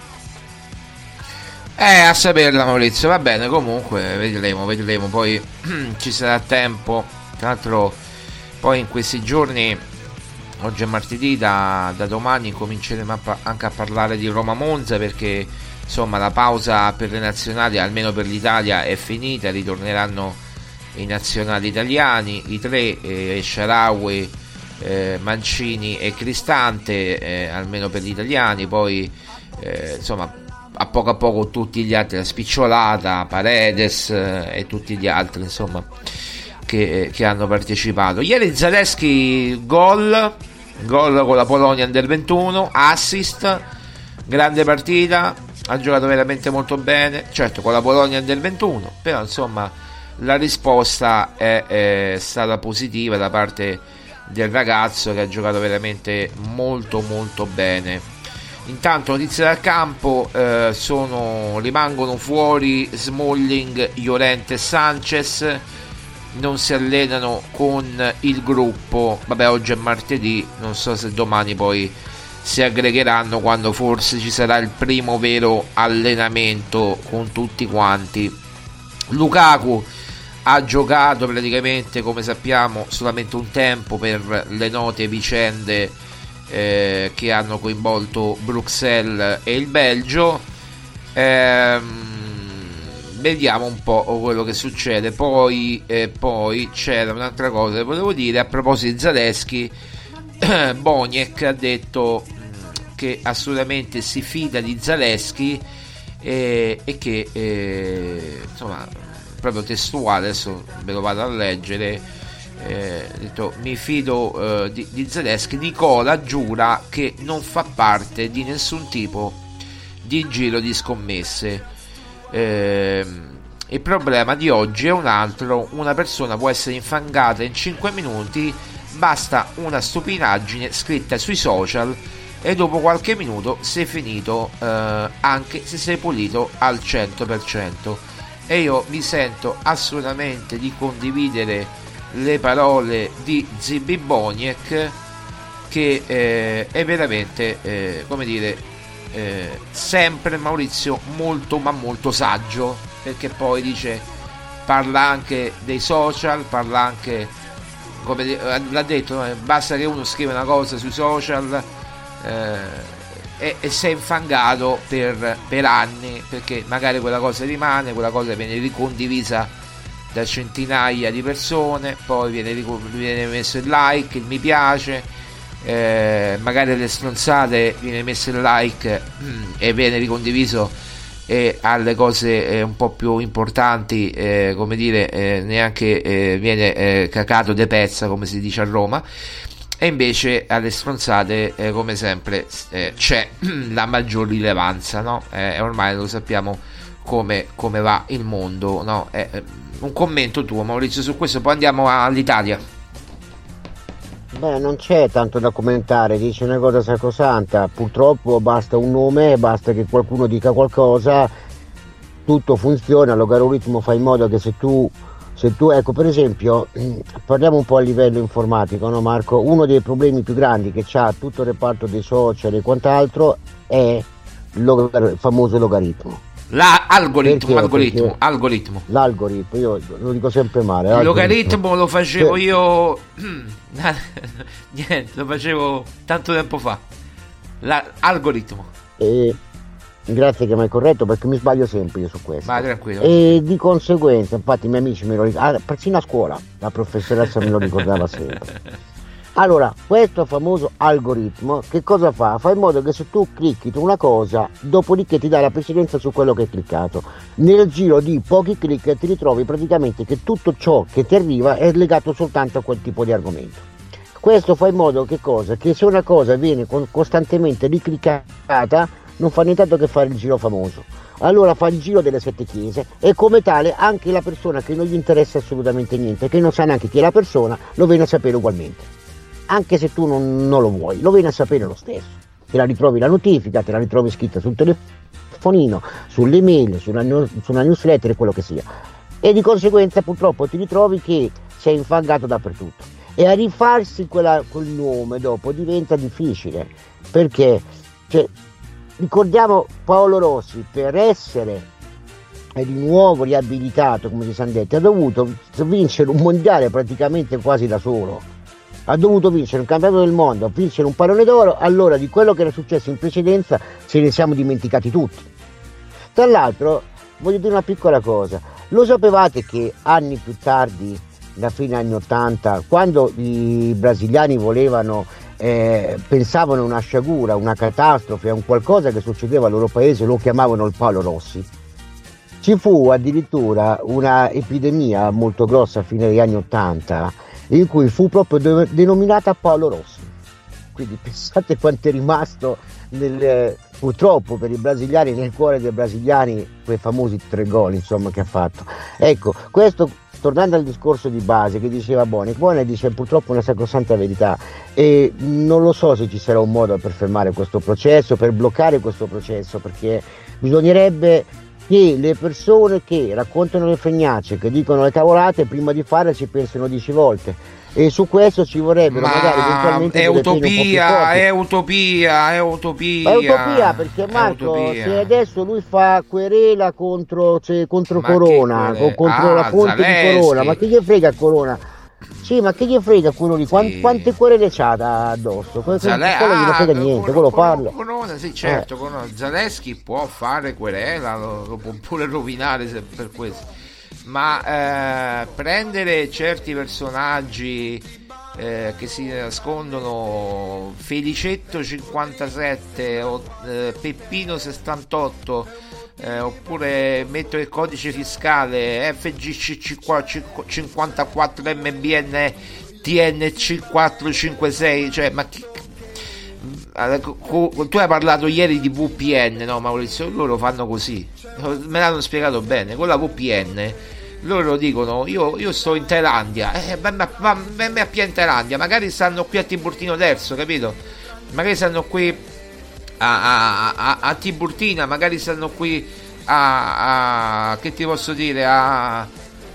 Speaker 9: A saperla Maurizio, va bene, comunque vedremo, poi ci sarà tempo. Tra l'altro poi in questi giorni, oggi è martedì, da domani cominceremo anche a parlare di Roma-Monza, perché insomma la pausa per le nazionali, almeno per l'Italia, è finita, ritorneranno i nazionali italiani, i tre, Shaarawy, Mancini e Cristante, almeno per gli italiani, poi insomma a poco tutti gli altri, la Spicciolata, Paredes e tutti gli altri insomma che hanno partecipato. Ieri Zalewski gol con la Polonia Under 21, assist, grande partita, ha giocato veramente molto bene, certo con la Polonia Under 21, però insomma la risposta è stata positiva da parte del ragazzo, che ha giocato veramente molto molto bene. Intanto notizie dal campo, rimangono fuori Smalling, Llorente e Sanchez, non si allenano con il gruppo. Vabbè, oggi è martedì, non so se domani poi si aggregheranno, quando forse ci sarà il primo vero allenamento con tutti quanti. Lukaku ha giocato praticamente, come sappiamo, solamente un tempo per le note vicende che hanno coinvolto Bruxelles e il Belgio. Vediamo un po' quello che succede. Poi c'era un'altra cosa che volevo dire a proposito di Zalewski. Boniek ha detto che assolutamente si fida di Zalewski e che insomma, proprio testuale, adesso ve lo vado a leggere, ha detto: mi fido di Zalewski. Nicola giura che non fa parte di nessun tipo di giro di scommesse. Il problema di oggi è un altro: una persona può essere infangata in 5 minuti, basta una stupidaggine scritta sui social e dopo qualche minuto sei finito, anche se sei pulito al 100%. E io mi sento assolutamente di condividere le parole di Zibi Boniek, che è veramente come dire, sempre Maurizio molto ma molto saggio, perché poi dice, parla anche dei social, parla anche, come l'ha detto, basta che uno scrive una cosa sui social e si è infangato per anni, perché magari quella cosa rimane, quella cosa viene ricondivisa da centinaia di persone, poi viene messo il like, il mi piace, magari le stronzate viene messo il like e viene ricondiviso, e alle cose un po' più importanti neanche viene cacato de pezza, come si dice a Roma. e invece alle stronzate come sempre c'è la maggior rilevanza, no? Ormai lo sappiamo come va il mondo, no? Un commento tuo, Maurizio, su questo, poi andiamo all'Italia.
Speaker 10: Beh, non c'è tanto da commentare, dice una cosa sacrosanta, purtroppo basta un nome, basta che qualcuno dica qualcosa, tutto funziona, l'algoritmo fa in modo che se tu ecco, per esempio, parliamo un po' a livello informatico, no Marco? Uno dei problemi più grandi che c'ha tutto il reparto dei social e quant'altro è il famoso logaritmo.
Speaker 9: Algoritmo.
Speaker 10: L'algoritmo, io lo dico sempre male.
Speaker 9: Il logaritmo lo facevo io. Niente, lo facevo tanto tempo fa. L'algoritmo.
Speaker 10: Grazie che mi hai corretto, perché mi sbaglio sempre io su questo.
Speaker 9: Vai tranquillo.
Speaker 10: E di conseguenza, infatti, i miei amici me lo ricordano, persino a scuola la professoressa me lo ricordava sempre. Allora, questo famoso algoritmo che cosa fa? Fa in modo che se tu clicchi su una cosa, dopodiché ti dà la precedenza su quello che hai cliccato. Nel giro di pochi click ti ritrovi praticamente che tutto ciò che ti arriva è legato soltanto a quel tipo di argomento. Questo fa in modo che cosa? Che se una cosa viene costantemente ricliccata, non fa nient'altro che fare il giro famoso. Allora fa il giro delle 7 chiese e come tale anche la persona che non gli interessa assolutamente niente, che non sa neanche chi è la persona, lo viene a sapere ugualmente. Anche se tu non lo vuoi, lo vieni a sapere lo stesso. Te la ritrovi la notifica, te la ritrovi scritta sul telefonino, sull'email, sulla newsletter e quello che sia. E di conseguenza purtroppo ti ritrovi che sei infangato dappertutto. E a rifarsi quel nome dopo diventa difficile. Perché? Ricordiamo Paolo Rossi, per essere di nuovo riabilitato, come si sono detti, ha dovuto vincere un mondiale praticamente quasi da solo. Ha dovuto vincere un campionato del mondo, vincere un pallone d'oro, allora di quello che era successo in precedenza ce ne siamo dimenticati tutti. Tra l'altro, voglio dire una piccola cosa, lo sapevate che anni più tardi, da fine anni 80, quando i brasiliani pensavano a una sciagura, una catastrofe, a un qualcosa che succedeva al loro paese, lo chiamavano il Paolo Rossi. Ci fu addirittura una epidemia molto grossa a fine degli anni 80, in cui fu proprio denominata Paolo Rossi. Quindi pensate quanto è rimasto purtroppo per i brasiliani, nel cuore dei brasiliani, quei famosi 3 gol insomma che ha fatto. Ecco, questo tornando al discorso di base che diceva Buone dice purtroppo una sacrosanta verità, e non lo so se ci sarà un modo per fermare questo processo, per bloccare questo processo, perché bisognerebbe che le persone che raccontano le fregnacce, che dicono le cavolate, prima di farle ci pensano 10 volte, e su questo ci vorrebbero magari eventualmente
Speaker 9: è utopia
Speaker 10: perché Marco, se adesso lui fa querela contro Corona o contro la fonte di Corona, ma che gli frega Corona? Sì, ma che gli frega quello lì? Quante querele c'ha da addosso? Quello non frega niente, quello parla.
Speaker 9: Corona, sì, certo, Zaleschi può fare querela, lo può pure rovinare per questo. Ma prendere certi personaggi che si nascondono, Felicetto 57 o Peppino 68, oppure mettere il codice fiscale FGC 54 MBN TNC 456, cioè ma tu hai parlato ieri di VPN, no Maurizio? Loro fanno così, me l'hanno spiegato bene, con la VPN loro dicono io sto in Thailandia, venmi a Pia in Thailandia, magari stanno qui a Tiburtino Terzo, capito? Magari stanno qui a Tiburtina, magari stanno qui che ti posso dire, a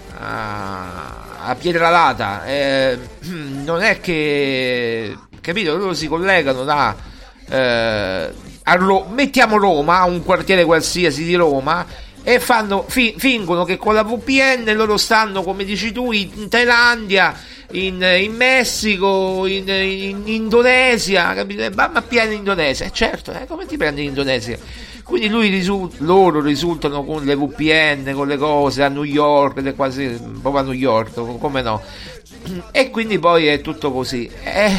Speaker 9: Pietralata, non è che, capito, loro si collegano mettiamo Roma, un quartiere qualsiasi di Roma, e fingono che con la VPN loro stanno, come dici tu, in Thailandia, in Messico, in Indonesia, capito? Ma pieno in Indonesia, certo, come ti prendi in Indonesia? Quindi loro risultano con le VPN, con le cose a New York, quasi proprio a New York, come no? E quindi poi è tutto così,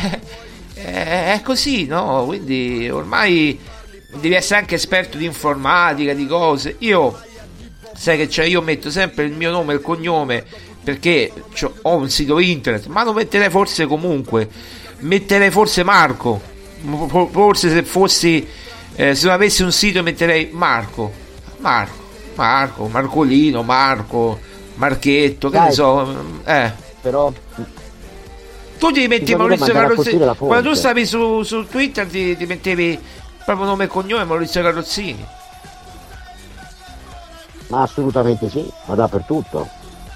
Speaker 9: è così, no? Quindi ormai devi essere anche esperto di informatica, di cose. Sai che c'è, io metto sempre il mio nome e il cognome perché ho un sito internet, ma lo metterei forse comunque, metterei forse Marco. Forse se fossi se non avessi un sito metterei Marco, Marcolino, Marchetto, che ne so,
Speaker 10: però
Speaker 9: tu ti metti Maurizio Carrozzini quando tu stavi su Twitter, ti mettevi proprio nome e cognome Maurizio Carrozzini.
Speaker 10: Ma assolutamente sì, ma dappertutto,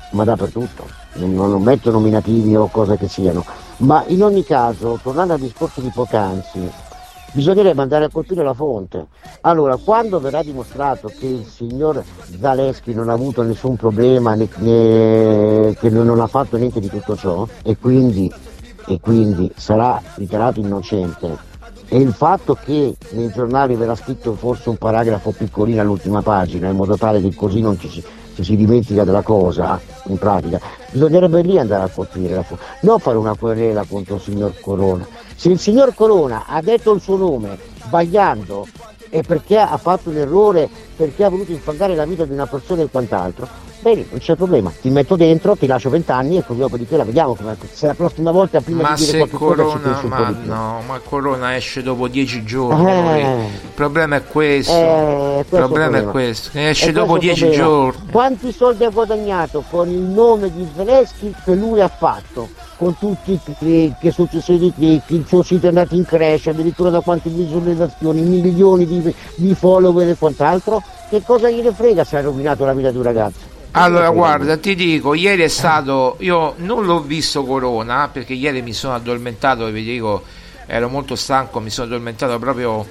Speaker 10: non metto nominativi o cose che siano, ma in ogni caso, tornando al discorso di poc'anzi, bisognerebbe andare a colpire la fonte. Allora, quando verrà dimostrato che il signor Zaleschi non ha avuto nessun problema, che non ha fatto niente di tutto ciò, e quindi sarà dichiarato innocente, e il fatto che nei giornali verrà scritto forse un paragrafo piccolino all'ultima pagina, in modo tale che così non ci si dimentica della cosa, in pratica, bisognerebbe lì andare a colpire la fonte, non fare una querela contro il signor Corona. Se il signor Corona ha detto il suo nome sbagliando e perché ha fatto un errore, perché ha voluto infangare la vita di una persona e quant'altro, bene, non c'è problema, ti metto dentro, ti lascio 20 anni e poi dopodiché la vediamo se la prossima volta prima di dire qualche cosa ci pensi un po' di più.
Speaker 9: Ma Corona esce dopo 10 giorni. Il problema è questo. Il problema è questo. Esce dopo 10 giorni.
Speaker 10: Quanti soldi ha guadagnato con il nome di Zelensky che lui ha fatto? Con tutti i successivi click, il suo sito è andato in crash, addirittura da quante visualizzazioni, milioni di follower e quant'altro. Che cosa gliene frega se ha rovinato la vita di un ragazzo?
Speaker 9: Allora guarda, ti dico, ieri è stato, io non l'ho visto Corona perché ieri mi sono addormentato, vi dico, ero molto stanco, mi sono addormentato proprio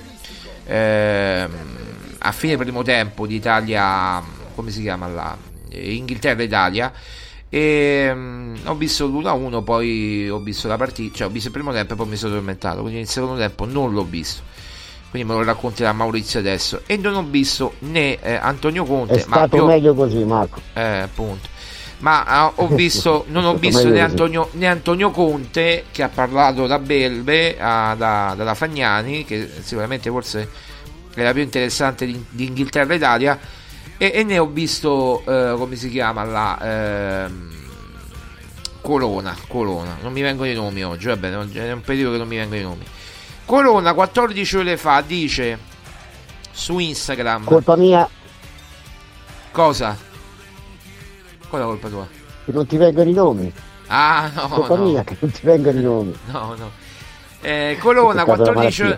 Speaker 9: a fine primo tempo di Italia, come si chiama là? Inghilterra-Italia, e ho visto l'1-1, poi ho visto la partita, cioè ho visto il primo tempo e poi mi sono addormentato, quindi nel secondo tempo non l'ho visto. Quindi me lo racconterà Maurizio adesso. E non ho visto né Antonio Conte.
Speaker 10: È stato meglio così, Marco.
Speaker 9: Appunto. Ma ho visto, non ho visto né Antonio Conte, che ha parlato da Belve, dalla Fagnani, che sicuramente forse è la più interessante di Inghilterra Italia, e ne ho visto, come si chiama là, Corona. Non mi vengono i nomi oggi, vabbè, è un periodo che non mi vengono i nomi. Corona 14 ore fa dice su Instagram:
Speaker 10: colpa mia.
Speaker 9: Cosa? Qual è la colpa tua?
Speaker 10: Che non ti vengono i nomi.
Speaker 9: Ah no,
Speaker 10: colpa mia che non ti vengono i nomi.
Speaker 9: No. Corona 14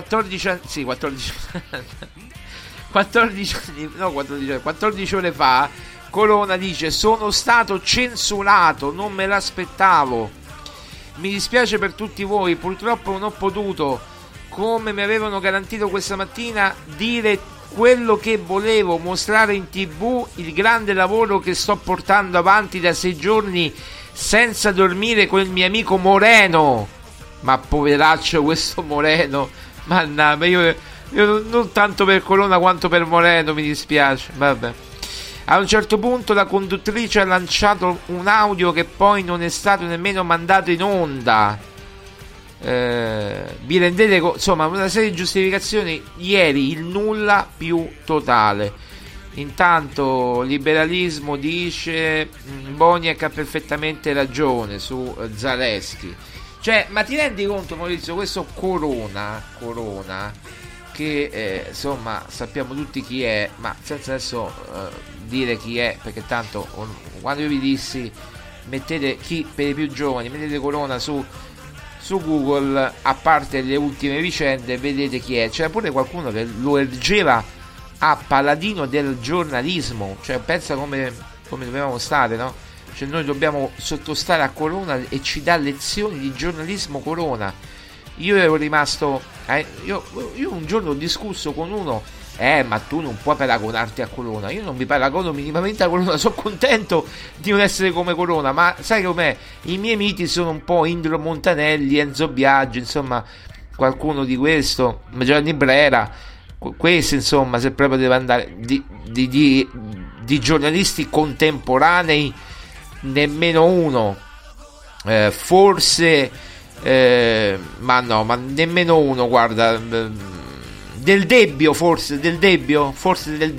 Speaker 9: ore fa Corona dice: sono stato censurato, non me l'aspettavo. Mi dispiace per tutti voi, purtroppo non ho potuto, come mi avevano garantito questa mattina, dire quello che volevo, mostrare in TV il grande lavoro che sto portando avanti da 6 giorni senza dormire con il mio amico Moreno. Ma poveraccio questo Moreno, mannaggia, io non tanto per Corona quanto per Moreno mi dispiace, vabbè. A un certo punto la conduttrice ha lanciato un audio che poi non è stato nemmeno mandato in onda. Vi rendete insomma, una serie di giustificazioni. Ieri il nulla più totale. Intanto liberalismo dice Boniek ha perfettamente ragione su Zaleschi. Cioè, ma ti rendi conto, Maurizio, questo Corona che insomma sappiamo tutti chi è, ma senza adesso dire chi è, perché tanto quando io vi dissi mettete chi per i più giovani, mettete Corona su Google, a parte le ultime vicende, vedete chi è. C'era pure qualcuno che lo ergeva a paladino del giornalismo, cioè pensa come dobbiamo stare, no? Cioè noi dobbiamo sottostare a Corona e ci dà lezioni di giornalismo Corona. Io ero rimasto io un giorno ho discusso con uno, ma tu non puoi paragonarti a Corona. Io non mi paragono minimamente a Corona, sono contento di non essere come Corona, ma sai com'è? I miei miti sono un po' Indro Montanelli, Enzo Biaggi, insomma qualcuno di questo, Gianni Brera, questo insomma, se proprio deve andare di giornalisti contemporanei nemmeno uno, forse ma nemmeno uno, guarda, del Debbio, forse del Debbio,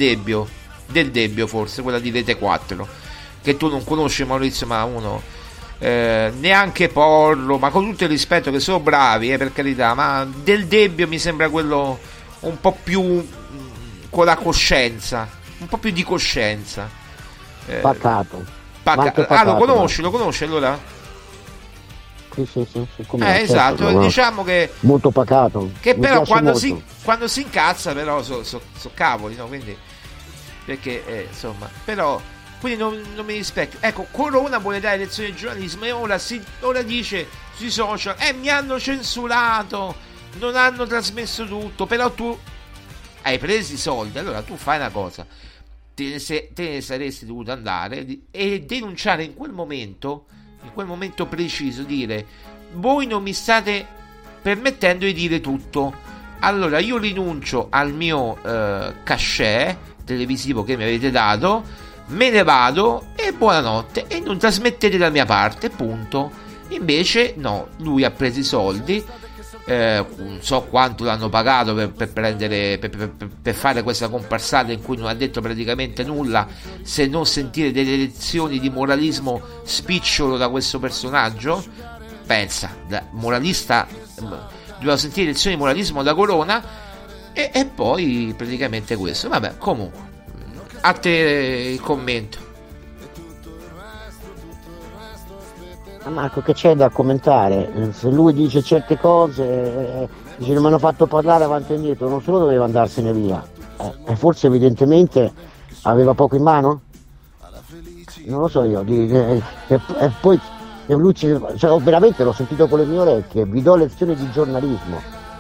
Speaker 9: quella di Rete 4, che tu non conosci, Maurizio, ma uno neanche Porro, ma con tutto il rispetto, che sono bravi, per carità, ma Del Debbio mi sembra quello un po' più con la coscienza, un po' più di coscienza.
Speaker 10: Pacato.
Speaker 9: Lo conosci allora?
Speaker 10: Sì,
Speaker 9: esatto,
Speaker 10: certo,
Speaker 9: diciamo che
Speaker 10: molto pacato.
Speaker 9: Che
Speaker 10: Mi
Speaker 9: però
Speaker 10: piace
Speaker 9: quando si incazza però so cavoli, no? Quindi perché insomma, però quindi non mi rispecchio. Ecco, Corona vuole dare lezioni di giornalismo e ora dice sui social mi hanno censurato, non hanno trasmesso tutto, però tu hai preso i soldi, allora tu fai una cosa, te ne saresti dovuto andare e denunciare in quel momento preciso, dire: voi non mi state permettendo di dire tutto, allora io rinuncio al mio cachet televisivo che mi avete dato, me ne vado e buonanotte, e non trasmettete la mia parte, punto. Invece no, lui ha preso i soldi, non so quanto l'hanno pagato per prendere per fare questa comparsata in cui non ha detto praticamente nulla, se non sentire delle lezioni di moralismo spicciolo da questo personaggio. Pensa, da moralista doveva sentire lezioni di moralismo da Corona, e poi praticamente questo. Vabbè, comunque, a te il commento.
Speaker 10: Marco, che c'è da commentare? Se lui dice certe cose, dice non mi hanno fatto parlare avanti e indietro, non solo doveva andarsene via, e forse evidentemente aveva poco in mano? Non lo so io, e poi lui veramente l'ho sentito con le mie orecchie, vi do lezioni di giornalismo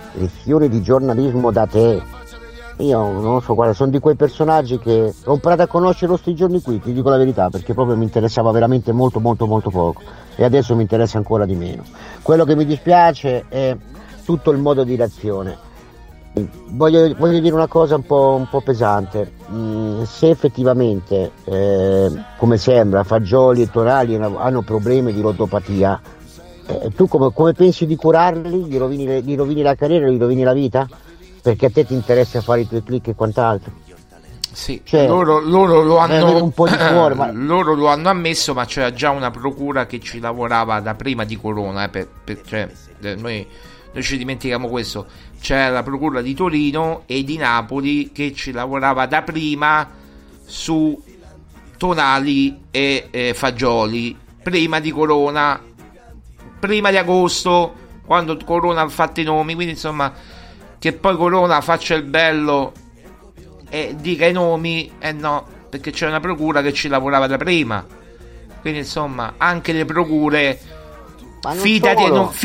Speaker 10: da te. Io non lo so, guarda, sono di quei personaggi che ho imparato a conoscerlo sti giorni qui, ti dico la verità, perché proprio mi interessava veramente molto poco, e adesso mi interessa ancora di meno. Quello che mi dispiace è tutto il modo di reazione. Voglio dire una cosa un po' pesante. Se effettivamente, come sembra, Fagioli e Tonali hanno problemi di lodopatia, tu come pensi di curarli? Gli rovini la carriera, gli rovini la vita? Perché a te ti interessa fare i tuoi click e quant'altro.
Speaker 9: Sì,
Speaker 10: cioè,
Speaker 9: loro lo hanno
Speaker 10: un po' di cuore, ma...
Speaker 9: loro lo hanno ammesso, ma c'era già una procura che ci lavorava da prima di Corona, cioè, noi ci dimentichiamo questo. C'era la procura di Torino e di Napoli che ci lavorava da prima su Tonali e Fagioli, prima di Corona, prima di agosto, quando Corona ha fatto i nomi. Quindi insomma, che poi Corona faccia il bello e dica i nomi, no, perché c'è una procura che ci lavorava da prima. Quindi insomma, anche le procure, fidati e non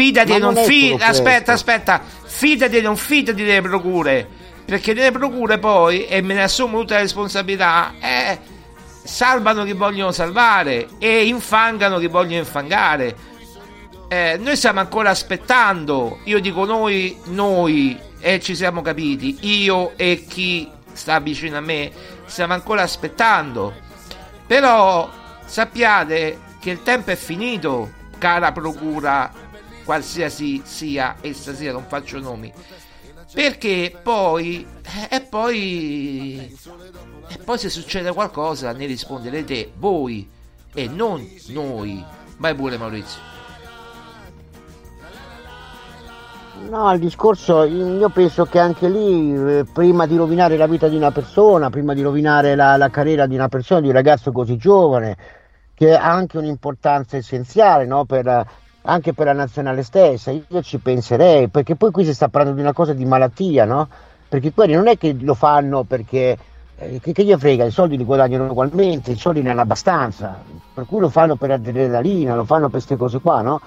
Speaker 9: fidati delle procure, perché delle procure poi, e me ne assumo tutta la responsabilità, salvano chi vogliono salvare e infangano chi vogliono infangare. Noi stiamo ancora aspettando, io dico noi ci siamo capiti, io e chi sta vicino a me stiamo ancora aspettando, però sappiate che il tempo è finito, cara procura, qualsiasi sia essa sia, non faccio nomi, perché poi se succede qualcosa ne risponderete voi e non noi. Vai pure, Maurizio.
Speaker 10: No, il discorso, io penso che anche lì, prima di rovinare la vita di una persona, prima di rovinare la carriera di una persona, di un ragazzo così giovane, che ha anche un'importanza essenziale, no? Anche per la nazionale stessa, io ci penserei, perché poi qui si sta parlando di una cosa di malattia, no? Perché quelli non è che lo fanno perché, che gli frega, i soldi li guadagnano ugualmente, i soldi ne hanno abbastanza, per cui lo fanno per adrenalina, lo fanno per queste cose qua, no?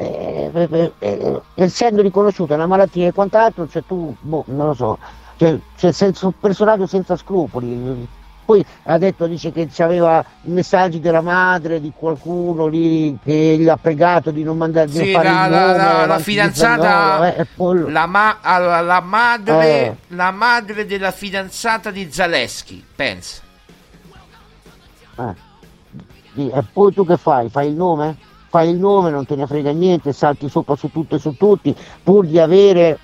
Speaker 10: Essendo riconosciuta una malattia e quant'altro, cioè tu, non lo so, cioè un personaggio senza scrupoli. Poi dice che c'aveva messaggi della madre di qualcuno lì che gli ha pregato di non mandare, di fare il nome,
Speaker 9: la fidanzata, la madre della fidanzata di Zaleschi, pensa.
Speaker 10: E poi tu che fai? Fai il nome? Fai il nome, non te ne frega niente, salti sopra su tutto e su tutti, pur di avere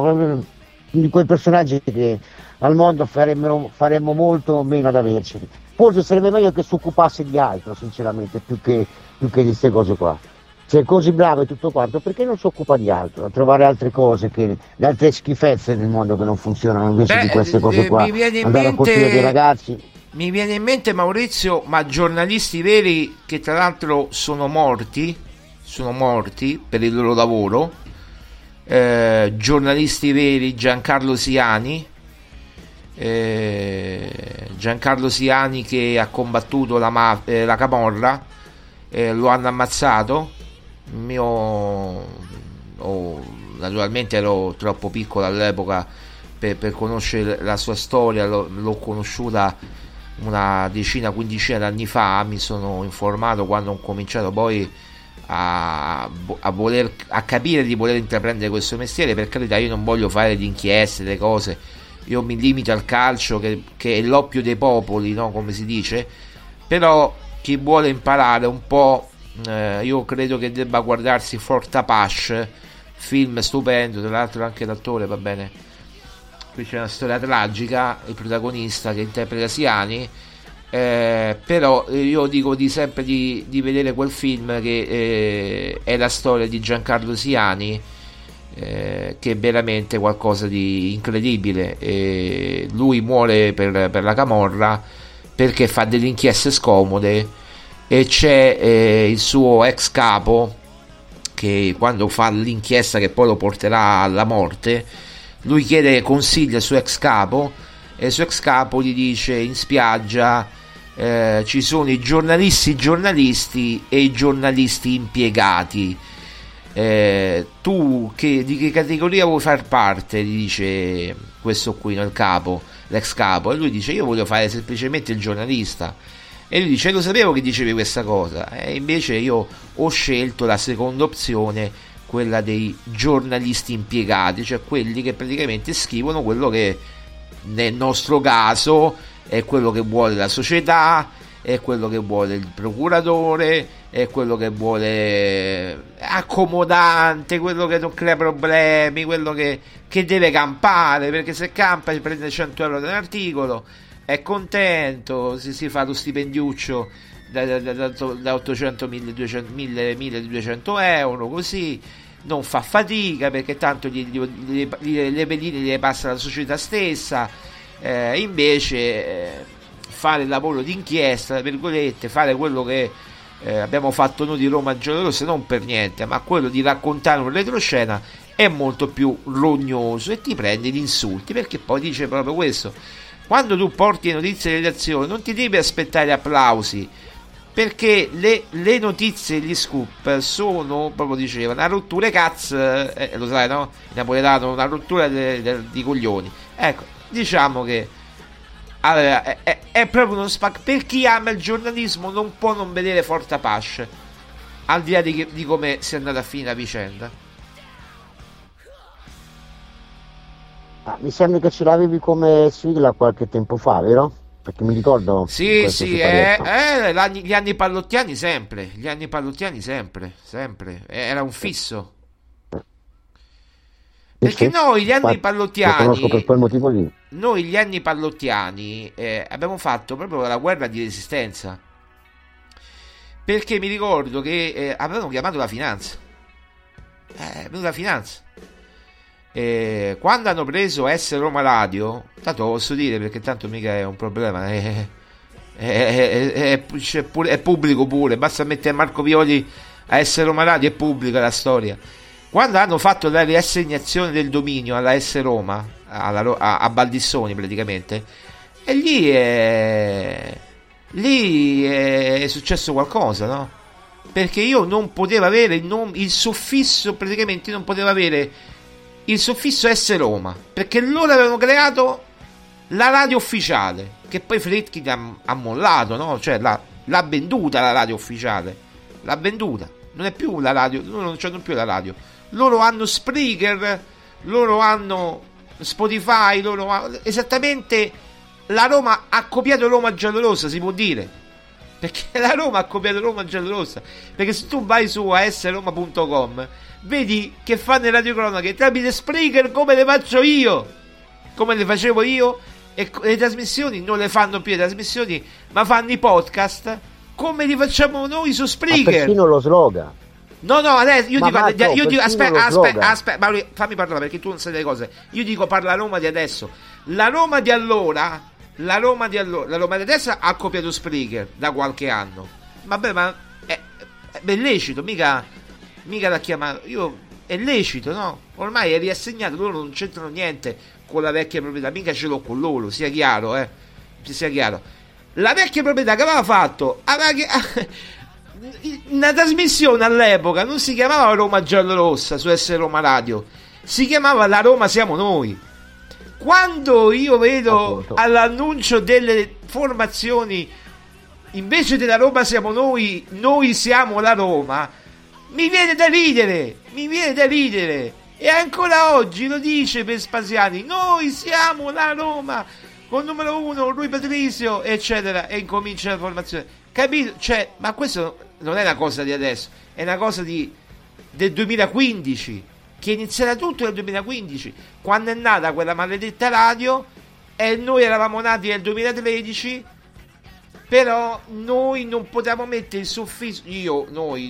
Speaker 10: di quei personaggi che al mondo faremmo molto meno ad averceli. forse sarebbe meglio che si occupasse di altro, sinceramente, più che di queste cose qua. Se è così bravo e tutto quanto, perché non si occupa di altro? A trovare altre cose, le altre schifezze nel mondo che non funzionano invece di queste cose qua. Andare a colpire dei ragazzi.
Speaker 9: Mi viene in mente, Maurizio, ma giornalisti veri che tra l'altro sono morti per il loro lavoro, giornalisti veri, Giancarlo Siani che ha combattuto la camorra, lo hanno ammazzato. Naturalmente ero troppo piccolo all'epoca per conoscere la sua storia, l'ho conosciuta una quindicina d'anni fa, mi sono informato quando ho cominciato poi a capire di voler intraprendere questo mestiere. Per carità, io non voglio fare di inchieste, le cose, io mi limito al calcio che è l'oppio dei popoli, no? Come si dice. Però chi vuole imparare un po', io credo che debba guardarsi Fort Apache, film stupendo, tra l'altro anche l'attore, va bene, qui c'è una storia tragica, il protagonista che interpreta Siani, però io dico sempre di vedere quel film che è la storia di Giancarlo Siani, che è veramente qualcosa di incredibile. Lui muore per la camorra perché fa delle inchieste scomode, e c'è il suo ex capo che, quando fa l'inchiesta che poi lo porterà alla morte, lui chiede consigli al suo ex capo e il suo ex capo gli dice in spiaggia: ci sono i giornalisti e i giornalisti impiegati, tu di che categoria vuoi far parte? Gli dice questo qui, no, l'ex capo, e lui dice: io voglio fare semplicemente il giornalista. E lui dice: lo sapevo che dicevi questa cosa, e invece io ho scelto la seconda opzione, quella dei giornalisti impiegati, cioè quelli che praticamente scrivono quello che nel nostro caso è quello che vuole la società, è quello che vuole il procuratore, è quello che vuole accomodante, quello che non crea problemi, quello che deve campare, perché se campa si prende 100 euro dall'articolo, è contento, si fa lo stipendiuccio da 800, 1200 euro, così non fa fatica, perché tanto le pedine le passa la società stessa. Invece fare il lavoro di inchiesta, tra virgolette, fare quello che abbiamo fatto noi di Roma Giallorossa, non per niente, ma quello di raccontare un retroscena, è molto più rognoso e ti prende gli insulti, perché poi dice proprio questo: quando tu porti le notizie in redazione non ti devi aspettare applausi, perché le notizie e gli scoop sono, proprio diceva, una rottura cazzo, lo sai, no? In napoletano, una rottura di coglioni. Ecco, diciamo che allora, è proprio uno spacco. Per chi ama il giornalismo non può non vedere Fort Apache, al di là di come sia andata a finire la vicenda.
Speaker 10: Mi sembra che ce l'avevi come sigla qualche tempo fa, vero? Perché mi ricordo.
Speaker 9: Sì, gli anni pallottiani sempre. Era un fisso. Perché noi gli anni pallottiani,
Speaker 10: lo conosco per quel motivo lì.
Speaker 9: Noi gli anni pallottiani abbiamo fatto proprio la guerra di resistenza, perché mi ricordo che avevano chiamato la finanza, quando hanno preso S Roma Radio, tanto lo posso dire perché tanto mica è un problema, è pubblico pure, basta mettere Marco Violi a S Roma Radio, è pubblica la storia. Quando hanno fatto la riassegnazione del dominio alla S Roma, a Baldissoni praticamente, e lì è successo qualcosa, no? Perché io non potevo avere il suffisso, praticamente non potevo avere il suffisso S Roma, perché loro avevano creato la radio ufficiale, che poi Friedkin ha mollato, no? Cioè l'ha venduta la radio ufficiale, l'ha venduta, non è più la radio, loro non c'hanno più la radio, loro hanno Spreaker, loro hanno Spotify, esattamente la Roma ha copiato Roma Giallorossa, si può dire, perché la Roma ha copiato Roma Giallorossa, perché se tu vai su asroma.com vedi che fanno le radiocronache tramite Spreaker come le faccio io, come le facevo io, e le trasmissioni non le fanno più le trasmissioni, ma fanno i podcast come li facciamo noi su Spreaker.
Speaker 10: Ma persino lo slogan.
Speaker 9: No, adesso io dico, aspetta,
Speaker 10: Mario,
Speaker 9: fammi parlare perché tu non sai le cose. Io dico parla la Roma di adesso. La Roma di adesso ha copiato Spreaker da qualche anno. Vabbè, ma è lecito, mica l'ha chiamato. È lecito, no? Ormai è riassegnato, loro non c'entrano niente con la vecchia proprietà, mica ce l'ho con loro, sia chiaro, sia chiaro. La vecchia proprietà che aveva fatto una trasmissione all'epoca non si chiamava Roma Giallorossa su S Roma Radio, si chiamava La Roma Siamo Noi. Quando io vedo all'annuncio delle formazioni invece della Roma Siamo Noi, noi siamo la Roma, mi viene da ridere. E ancora oggi lo dice Vespasiani, noi siamo la Roma con numero 1 Rui Patrizio eccetera, e incomincia la formazione, capito? Cioè, ma questo non è una cosa di adesso, è una cosa del 2015, che inizierà tutto nel 2015, quando è nata quella maledetta radio, e noi eravamo nati nel 2013, però noi non potevamo mettere il suffisso, io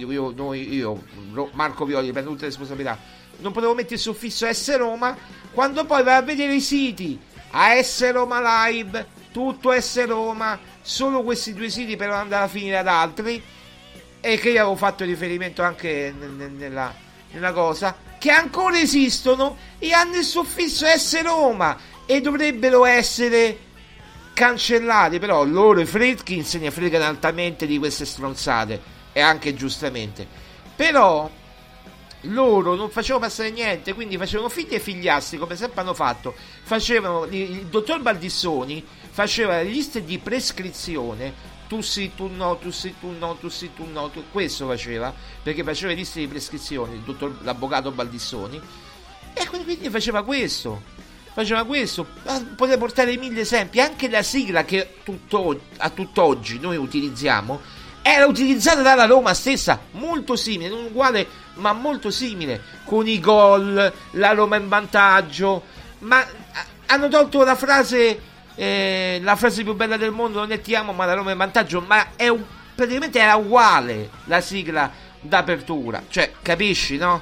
Speaker 9: Marco Violi prendo tutte le responsabilità, non potevo mettere il suffisso S Roma, quando poi vai a vedere i siti AS Roma Live, tutto S Roma, solo questi 2 siti per non andare a finire ad altri, e che io avevo fatto riferimento anche nella cosa, che ancora esistono e hanno il suffisso S Roma e dovrebbero essere cancellati, però loro i Friedkin se ne fregano altamente di queste stronzate, e anche giustamente, però loro non facevano passare niente, quindi facevano figli e figliastri come sempre hanno fatto. Facevano, il dottor Baldissoni faceva le liste di prescrizione, tu sì, tu no, tu sì, tu no, tu sì, tu no, questo faceva, perché faceva le liste di prescrizione l'avvocato Baldissoni, e quindi faceva questo, poteva portare 1000 esempi. Anche la sigla che a tutt'oggi noi utilizziamo era utilizzata dalla Roma stessa, molto simile, non uguale ma molto simile, con i gol, la Roma in vantaggio, ma hanno tolto la frase più bella del mondo, non è ti amo ma la Roma in vantaggio, ma praticamente era uguale la sigla d'apertura, cioè capisci, no?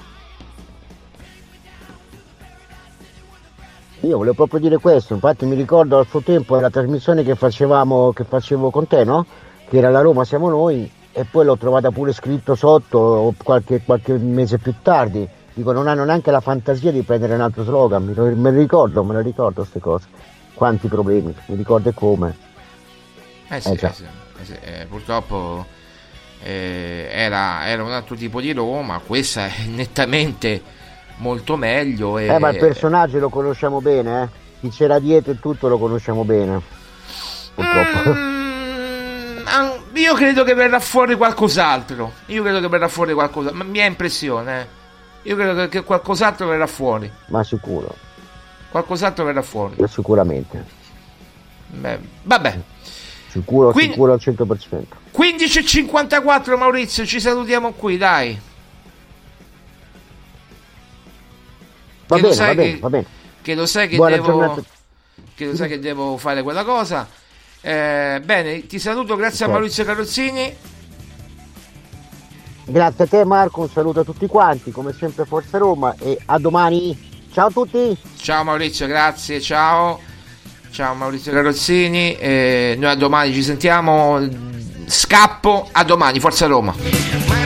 Speaker 10: Io volevo proprio dire questo, infatti mi ricordo al suo tempo la trasmissione che facevo con te, no? Che era La Roma Siamo Noi, e poi l'ho trovata pure scritto sotto qualche mese più tardi. Dico, non hanno neanche la fantasia di prendere un altro slogan, me lo ricordo queste cose. Quanti problemi, mi ricordo come.
Speaker 9: Purtroppo era un altro tipo di Roma, questa è nettamente molto meglio.
Speaker 10: Ma il personaggio lo conosciamo bene, chi c'era dietro e tutto lo conosciamo bene, purtroppo.
Speaker 9: Io credo che verrà fuori qualcos'altro. Ma mia impressione. Io credo che qualcos'altro verrà fuori.
Speaker 10: Ma sicuro.
Speaker 9: Qualcos'altro verrà fuori.
Speaker 10: Sicuramente.
Speaker 9: Vabbè.
Speaker 10: Sicuro al 100%.
Speaker 9: 15:54 Maurizio, ci salutiamo qui, dai.
Speaker 10: Va bene.
Speaker 9: Che lo sai che
Speaker 10: Buona
Speaker 9: devo.
Speaker 10: giornata.
Speaker 9: Che lo sai che devo fare quella cosa. Bene, ti saluto, grazie a Maurizio Carrozzini.
Speaker 10: Grazie a te Marco, un saluto a tutti quanti, come sempre Forza Roma, e a domani. Ciao a tutti.
Speaker 9: Ciao Maurizio, grazie, ciao Maurizio Carrozzini, noi a domani ci sentiamo, scappo, a domani, Forza Roma.